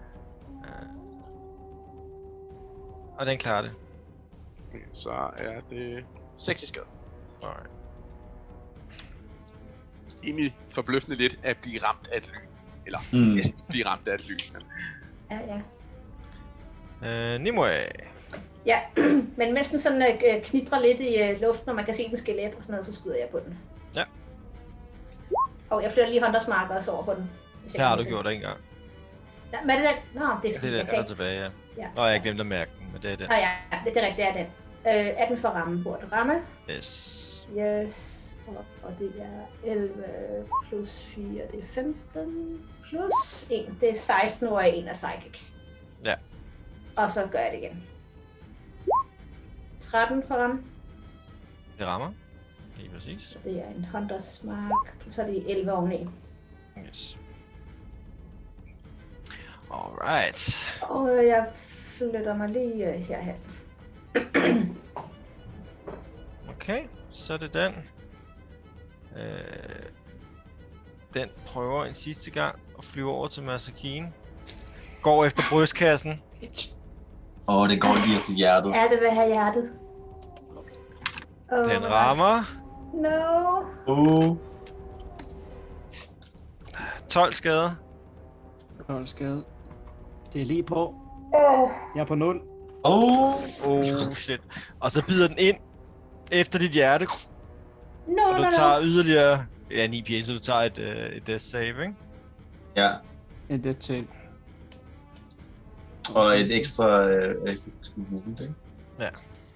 Og den klarer det. Så er det 6 i skade. Alright. Egentlig forbløffende lidt at blive ramt af et lyn. Eller næsten blive ramt af et lyn. Ja. Nimue. Ja, men mens den sådan knitrer lidt i luften, og man kan se den skelet og sådan noget, så skyder jeg på den. Ja. Og jeg flytter lige Hunters Mark også over på den. Det har du gjort ikke engang. Ja, men er det den? Nå, det er Det er den, der er tilbage, ja. Nå, jeg glemte at mærke den, men det er den. Ja, det er rigtigt, det er den. 18 for ramme, burde ramme. Yes. Yes, og det er 11 plus 4, det er 15 plus 1, det er 16, hvor jeg en af psychic. Ja. Og så gør jeg det igen. 13 for ramme. Det rammer. Lige præcis. Så det er en Hunters Mark, så er det 11 oveni. Yes. Alright. Og jeg flytter mig lige herhen. Okay, så er det den. Den prøver en sidste gang at flyve over til Masakine. Går efter brystkassen. Det går lige efter hjertet. Ja, det vil have hjertet. Den rammer. No. 12 skader. 12 skade. Det er lige på. Jeg er på 0. Shit. Og så bider den ind efter dit hjerte. Og du No. tager yderligere 9 pjæs, så du tager et death save, ikke? Ja. En death save. Og et ekstra movement, ikke? Ja.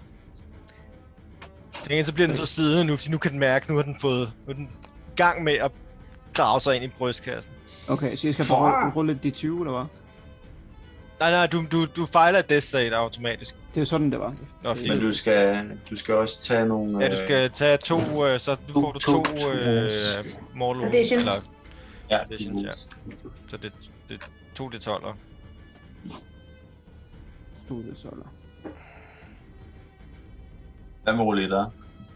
Så bliver den så siddende nu, fordi nu kan den mærke, nu er den i gang med at grave sig ind i brystkassen. Okay, så jeg skal bare rulle de 20, eller hvad? Nej, du fejler et death save automatisk. Det er jo sådan, det var. Nå, Men du skal også tage nogle... Ja, du skal tage 2, så du får 2 mortal wounds. Eller, ja, ja. Så det 2 D12'er. 2 D12'er. Hvad med roligt der?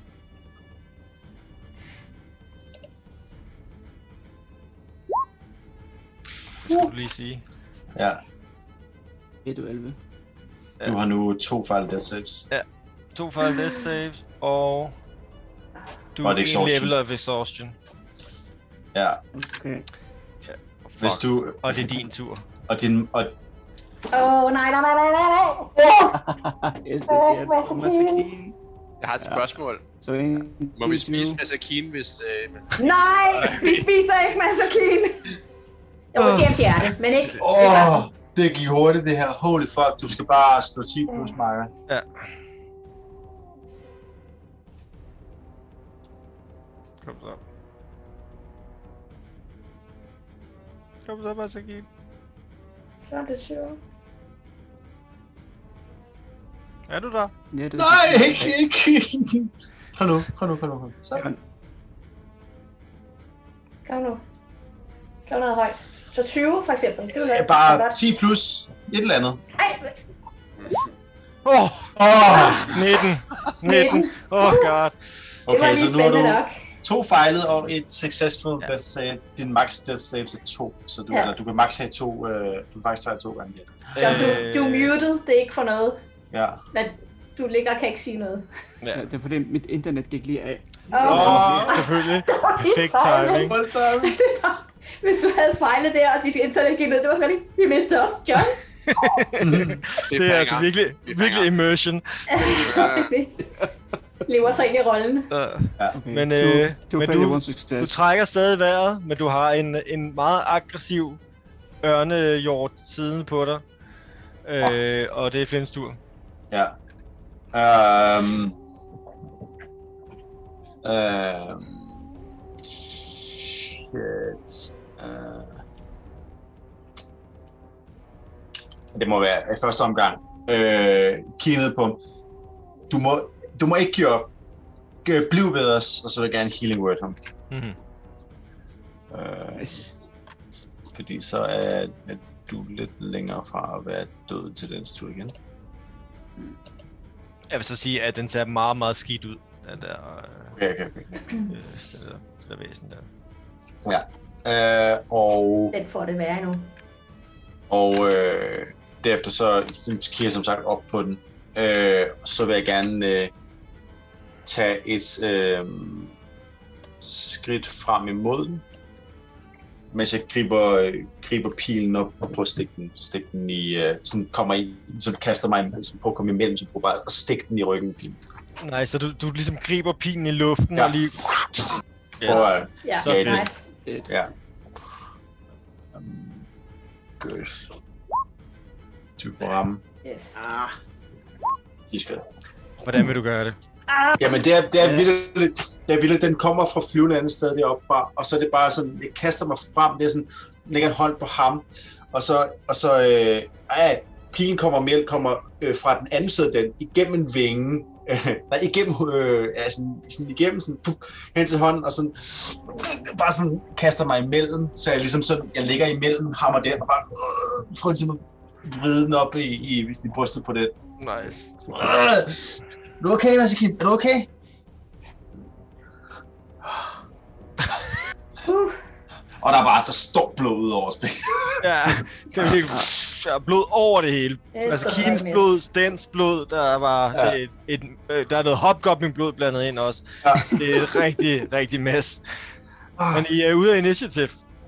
Skal du lige sige. Ja. 1 og 11. Ja. Du har nu 2 fejl death saves. Ja, 2 fejl death saves, og du er en level of exhaustion. Ja. Okay. Ja, hvis du... Og det er din tur. Og din... Og... Nej. Jeg har et spørgsmål. Må vi spise Masakine, hvis... Nej, vi spiser ikke Masakine! Jeg må måske et hjerte, men ikke... Det gik hurtigt det her. Holy fuck, du skal bare slå 10 plus, Maja. Ja. Kom så. Kom så, Masakine. Så er det 7. Er du der? Ja, det Nej, ikke. Kom nu. Så. Kom nu. Kom noget højt. Så 20 for eksempel. Det er Bare 10 plus et eller andet. Ej, 19. God. det var Okay, lige så nu har spændende du nok. 2 fejlet og et successful death save. Din max death save er 2, så du, eller, du kan max have 2, du kan faktisk fejle 2 gange. John, du er muted, det er ikke for noget. Ja. Men du ligger og kan ikke sige noget. Ja, det er fordi, mit internet gik lige af. Selvfølgelig. Perfekt timing. Hvis du havde fejlet der, og dit internet gik ned, det var sådan ikke. Vi mistede også John. Det er altså virkelig immersion. Lever sig ind i rollen. Men, du trækker stadig vejret, men du har en meget aggressiv ørnehjort siden på dig. Og det er Flints tur. Ja. Shit. Det må være i første omgang. Kigge ned på ham. Du må ikke give op. Bliv ved os, og så vil jeg gerne healing word ham. Nice. Fordi så er du lidt længere fra at være død til dens tur igen. Jeg vil så sige, at den ser meget, meget skidt ud. Den der, Okay. det der væsen der. Ja. Og Den får det værre nu. Og derefter så kigger jeg som sagt op på den. Så vil jeg gerne tage et skridt frem imod den. Mens jeg griber pilen op og prøver at stikke den i, sådan kommer ind, så kaster mig på at komme imellem, så prøver bare at stikke den i ryggen med pilen. Nej, så du ligesom griber pilen i luften og lige... Ja, så fedt. nice. Ja. Good. Du får ramme. Yes. De skal. Hvordan vil du gøre det? Jamen, det er vildt, den kommer fra flyvende andet sted deroppe fra, og så er det bare sådan, jeg kaster mig frem, det er sådan, lægger en hånd på ham, og så pilen kommer fra den anden side af den, igennem en vinge, igennem sådan, hen til hånden, og sådan, bare sådan, kaster mig imellem, så jeg ligesom sådan, jeg ligger imellem ham og den, og bare, får ligesom at vride den op i brystet på den. Nice. Er du okay, Masakin? Er du okay? Og der står blod ud over spil. Ja, det er virkelig, der er blod over det hele. Masakins blod, Stens blod, der var der er noget hobgoblin-blod blandet ind også. Ja. Det er et rigtig, rigtig mess. Men I er ude af initiativ.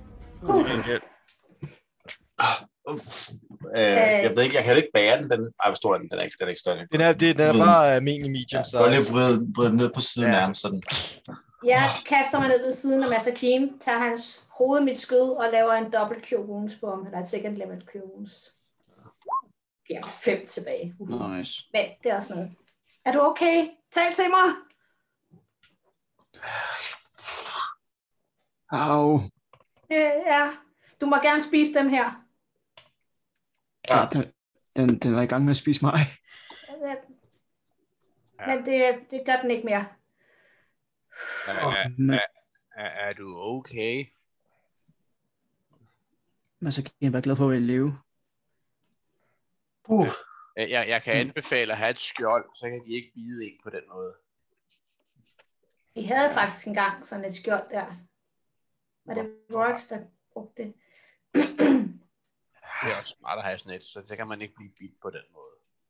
Jeg ved ikke, jeg kan ikke bære den. Hvor stor er den? Den er ikke større. Den er bare almindelig medium. Så jeg lige vride den ned på siden af ham. Sådan. Jeg kaster mig ned ved siden af Masakin, tager hans hoved mit skød og laver en dobbelt cure wounds på ham. Eller et second level cure wounds. Jeg har 5 tilbage. Nice. Men det er også noget. Er du okay? Tal til mig! Au. Ja, du må gerne spise dem her. Ja, den er i gang med at spise mig. Men det gør den ikke mere. Er du okay? Men så kan jeg være glad for at være i live. Jeg kan anbefale at have et skjold, så kan de ikke bide en på den måde. Vi havde faktisk engang sådan et skjold der. Var det Rox, der brugte det? Det er også smart at have sådan et, så kan man ikke blive bidt på den måde.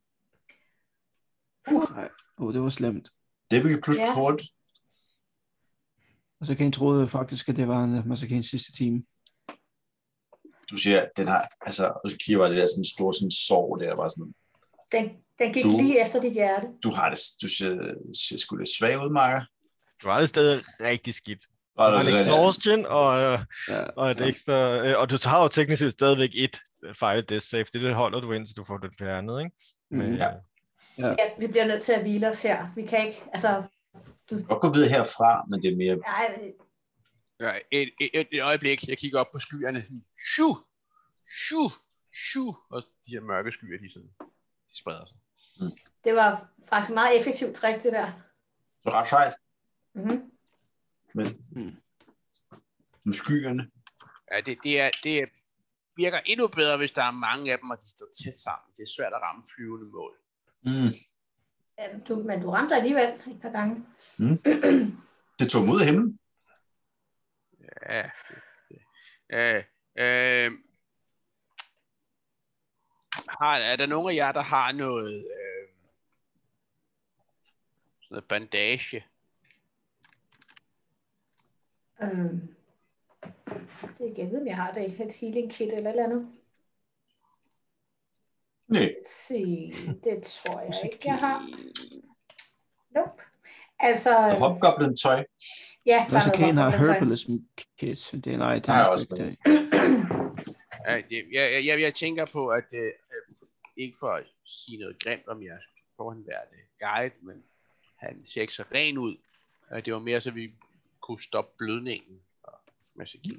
Det var slemt. Det blev pludselig hårdt. Og så kan jeg troede faktisk, at det var en Masakins sidste time. Du siger, den har, altså, og så kigger bare det der sådan store sådan sorg der, bare sådan. Den gik lige efter dit hjerte. Du ser sgu lidt svag ud, Marker. Du har det stadig rigtig skidt. Og en exhaustion, og et ekstra, og du har jo teknisk set stadigvæk et fejlet death save. Det holder du ind, så du får det fjernet, ikke? Men, ja, vi bliver nødt til at hvile os her. Vi kan ikke, altså... Du kan godt gå videre herfra, men det er mere... Et øjeblik, jeg kigger op på skyerne. Shoo! Og de her mørke skyer, de spreder sig. Det var faktisk et meget effektivt trick, det der. Det er ret sejt. Mm-hmm. Med skyerne. Ja, det virker endnu bedre, hvis der er mange af dem, og de står tæt sammen. Det er svært at ramme flyvende mål. Men du ramte alligevel et par gange. Det tog mod himlen. Ja. Er der nogen af jer, der har noget bandage? Jeg ved, om jeg har det. Et healing kit eller et eller andet. Nej. Se, det tror jeg ikke, jeg har. Nope. Altså... Hobgoblin tøj. Ja, bare noget Kane har herbalism kit. Det er nej, det er også det. Jeg tænker på, at ikke for at sige noget grimt om jeres forhåndværende guide, men han ser ikke så ren ud. Det var mere, så vi kunne stoppe blødningen med sig.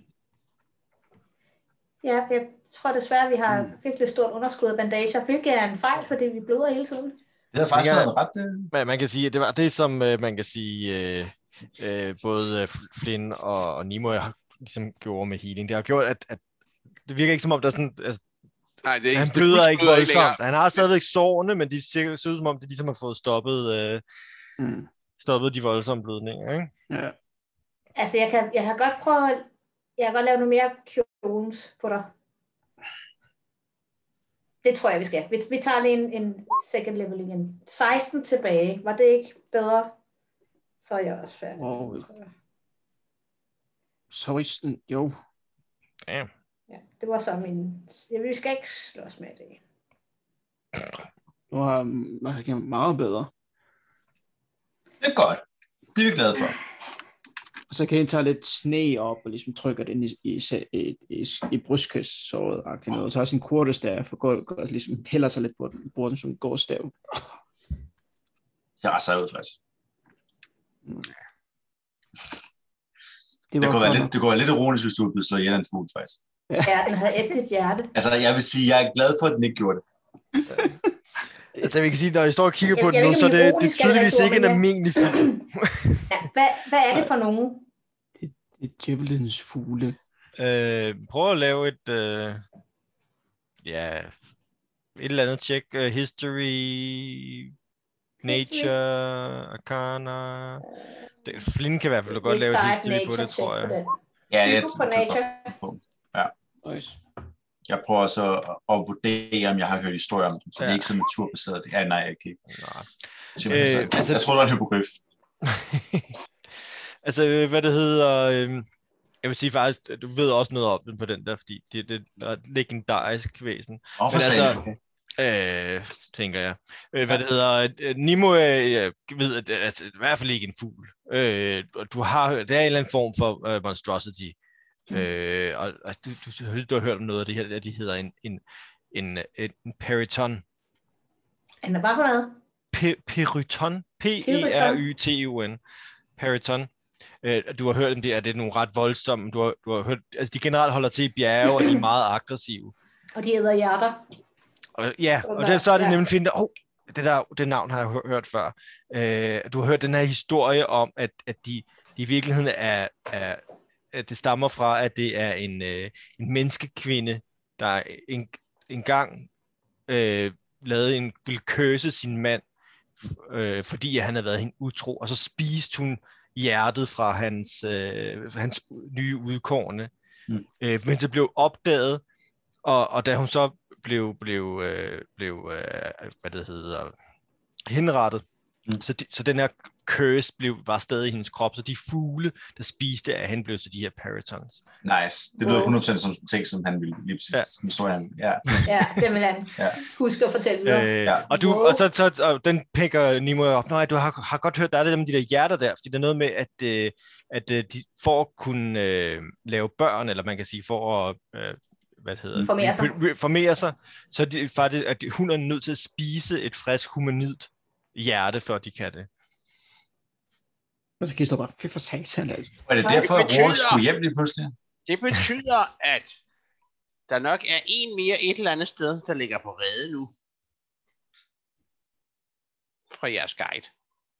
Ja, jeg tror desværre, at vi har virkelig stort underskud af bandager, hvilket er en fejl, fordi vi bløder hele tiden. Det har faktisk været ret... Man kan sige, at det var det, som man kan sige, både Flynn og Nimo ligesom gjorde med healing. Det har gjort, at det virker ikke som om, der er sådan... Altså, nej, det er han bløder ikke voldsomt. Han har stadigvæk sårene, men det ser ud som om, det ligesom har fået stoppet de voldsomme blødninger, ikke? Ja. Altså, jeg har godt prøvet... Jeg kan godt lave noget mere Jones på dig. Det tror jeg, vi skal. Vi tager lige en second level igen. 16 tilbage. Var det ikke bedre? Så er jeg også færdig. Så jo. Damn. Ja, det var så min... Vi skal ikke slås med det. Du har meget bedre. Det er godt. Det er vi glade for. Og så kan I tage lidt sne op og ligesom trykker det ind i brystkastsåret-agtigt noget. Og så også en quarterstaff og går ligesom hælder sig lidt på den, bruger den som en gårdstav. Jeg er så udfrids. Det går lidt ironisk, hvis du er blevet slået ihjel af en fugl, faktisk. Ja, den havde ædt dit hjerte. Altså, jeg vil sige, jeg er glad for, at den ikke gjorde det. Altså, vi kan sige, når jeg står og kigger på den nu, så det er tydeligvis ikke en almindelig fugl. Ja, hvad er det for nogen? Det er djævelens fugle. Prøv at lave et eller andet tjek. History, Nature, Arcana. Flynn kan i hvert fald godt lave et history på det, tror jeg. Ja, det er ja. Nice. Jeg prøver også at vurdere, om jeg har hørt historier om dem, så det er ikke så naturbaseret. Ja, nej, jeg kan ikke. Jeg tror, det var en hypogryf. Altså, hvad det hedder... jeg vil sige faktisk, du ved også noget om den på den der, fordi det er et legendarisk væsen. Men altså, tænker jeg. Hvad det hedder... Nimo ved, at altså, i hvert fald ikke en fugl. Du har hørt, det er en eller anden form for monstrosity. Og du har hørt om noget af det her, der de hedder en periton. En hvad for noget? Periton. P-E-R-Y-T-U-N. Periton. Du har hørt om det, at det er nogle ret voldsomme. Du har hørt, altså de generelt holder til i bjerge, og de er meget aggressive. Og de æder hjerter. Og så er det nemlig fint. Det navn har jeg hørt før. Du har hørt den her historie om, at de i virkeligheden er at det stammer fra, at det er en menneskekvinde, der engang ville curse sin mand, fordi han havde været hende utro, og så spiste hun hjertet fra hans nye udkårne. Men det blev opdaget, og da hun så blev hvad det hedder, henrettet, så den her curse var stadig i hendes krop, så de fugle, der spiste af hende, blev til de her peritons. Nice. Det lyder 100% som en ting, som han ville lige præcis, så han. Ja, det vil han huske at fortælle videre. Og den pikker Nimo op. Nej, du har godt hørt, der er det med de der hjerter der, fordi det er noget med, at de for at kunne lave børn, eller man kan sige, for at formere sig, så er det faktisk, at hun er nødt til at spise et frisk humanoidt hjerte, før de kan det. Og så kan I stå bare, fy for satan. Altså. Og det er derfor, at Rourke skulle hjem lige pludselig? Det betyder, at der nok er en mere et eller andet sted, der ligger på rede nu. fra jeres guide.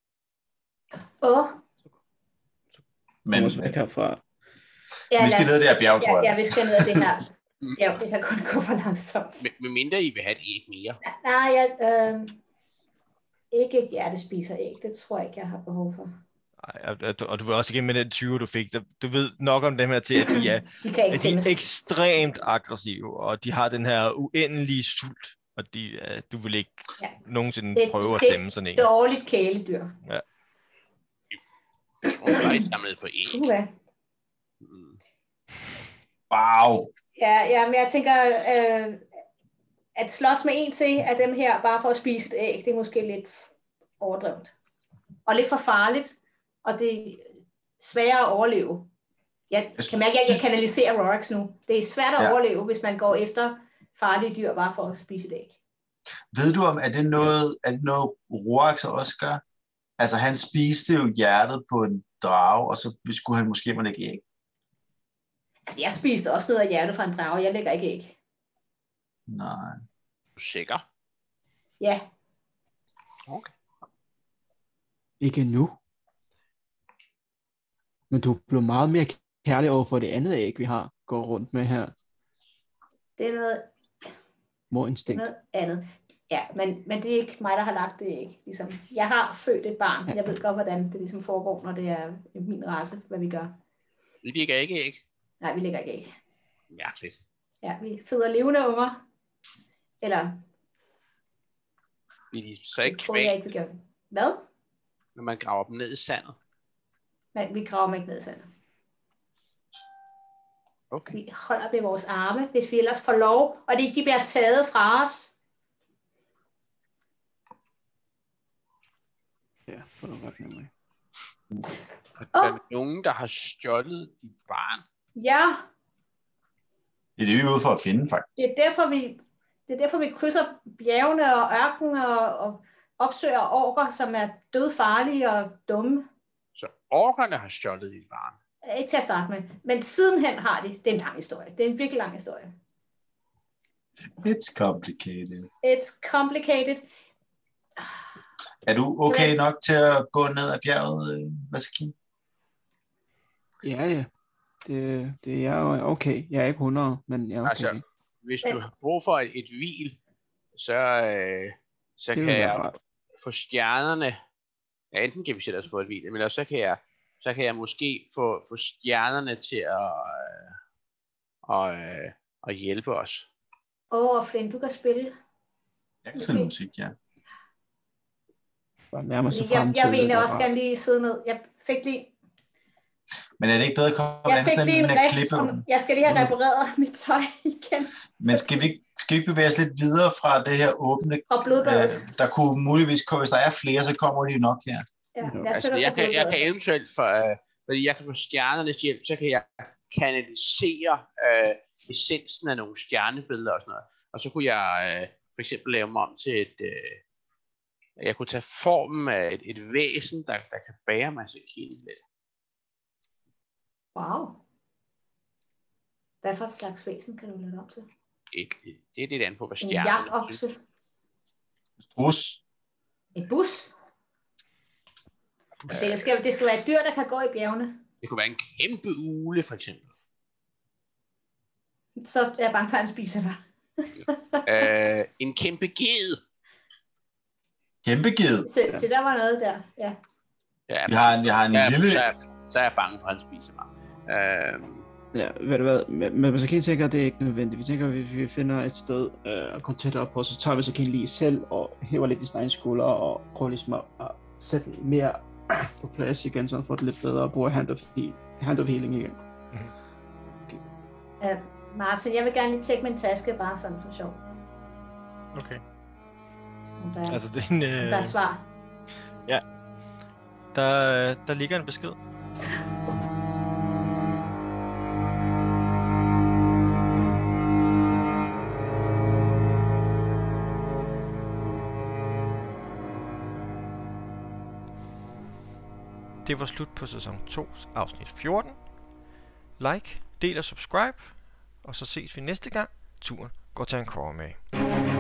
Men også væk herfra. vi skal ned ad det her bjerg, tror jeg. Ja, vi skal ned ad det her. Ja, det kan kun gå for langsomt. Men mindre I vil have et æg mere. Nej, ikke et hjertespiser æg. Det tror jeg ikke, jeg har behov for. Nej, og du vil også igen med den 20, du fik. Du ved nok om dem her til, at de er, de er ekstremt aggressive, og de har den her uendelige sult. Og du vil ikke nogensinde prøve at tæmme sådan en. Det er dårligt kæledyr. Ja. Og der er ikke samlet på æg. Wow. Ja, men jeg tænker, at slås med en til af dem her, bare for at spise et æg, det er måske lidt overdrevet. Og lidt for farligt, og det er sværere at overleve. Jeg kan mærke, at jeg kanaliserer Rorix nu. Det er svært at overleve, hvis man går efter farlige dyr, bare for at spise et æg. Ved du om, er det noget Rorix også gør? Altså han spiste jo hjertet på en drage, og så skulle han måske lægge æg. Altså jeg spiste også noget af hjertet fra en drage, jeg lægger ikke æg. Nej. Er du sikker? Ja. Okay. Ikke nu. Men du blev meget mere kærlig over for det andet æg, vi har går rundt med her. Det er noget... Morinstinkt. Noget andet. Ja, men det er ikke mig, der har lagt det æg. Ligesom. Jeg har født et barn. Jeg ved godt, hvordan det ligesom foregår, når det er min race, hvad vi gør. Vi lægger ikke æg. Nej, vi lægger ikke æg. Mærkeligt. Ja, vi føder levende unger. Eller... Vil de så ikke jeg ikke, vi gør. Hvad? Når man graver dem ned i sandet? Nej, vi graver dem ikke ned i sandet. Okay. Vi holder ved vores arme, hvis vi ellers får lov, og det ikke bliver taget fra os. Ja, for det ret nemlig. Der er nogen, der har stjålet dit barn. Ja. Det er det, vi er ude for at finde, faktisk. Det er derfor, vi krydser bjergene og ørken og opsøger orker, som er dødfarlige og dumme. Så orkerne har stjålet dit barn? Ikke til at starte med, men sidenhen har de. Det er en lang historie. Det er en virkelig lang historie. It's complicated. It's complicated. Er du okay nok til at gå ned ad bjerget, Vasekin? Ja. Det er jo okay. Jeg er ikke 100, men jeg er okay. Altså, hvis du har brug for et hvil, så kan jeg få stjernerne. Ja, enten kan vi sætte os for et hvil, men også så kan jeg måske få stjernerne til at hjælpe os. Og Flynn, du kan spille. Jeg kan spille musik, ja. Jeg vil egentlig også gerne lige sidde ned. Jeg fik lige... Men er det ikke bedre at komme jeg fik lige en rift. Jeg skal lige have repareret mit tøj igen. Men skal vi ikke bevæge os lidt videre fra det her åbne? Der kunne muligvis komme, hvis der er flere, så kommer de nok her. Ja, altså, jeg kan eventuelt, fordi jeg kan få stjernernes hjælp, så kan jeg kanalisere essensen af nogle stjernebilleder og sådan noget. Og så kunne jeg for eksempel lave mig om til jeg kunne tage formen af et væsen, der kan bære Vasekin lidt. Wow. Hvad for et slags væsen kan du lade om til? Det er lidt andet på, hvad stjernen... En jagtokse? Bus? Et bus? Det skal være et dyr, der kan gå i bjergene. Det kunne være en kæmpe ugle, for eksempel. Så er jeg bange for, at han spiser dig. En kæmpe ged. Kæmpe ged? Så der var noget der, ja. Vi har en lille... Så er jeg bange for, at han spiser mig. Ja, ved du hvad, men Vasekin tænker, at det er ikke nødvendigt. Vi tænker, at vi finder et sted at komme tættere på, så tager Vasekin lige selv og hæver lidt i sin egen skulder og prøver ligesom at sætte mere på plads igen, så han får det lidt bedre og bruger hand of healing igen. Okay. Martin, jeg vil gerne lige tjekke min taske, bare sådan for sjov. Okay. Altså, der er svar. Ja. Der ligger en besked. Det var slut på sæson 2, afsnit 14. Like, del og subscribe, og så ses vi næste gang. Turen går til en med.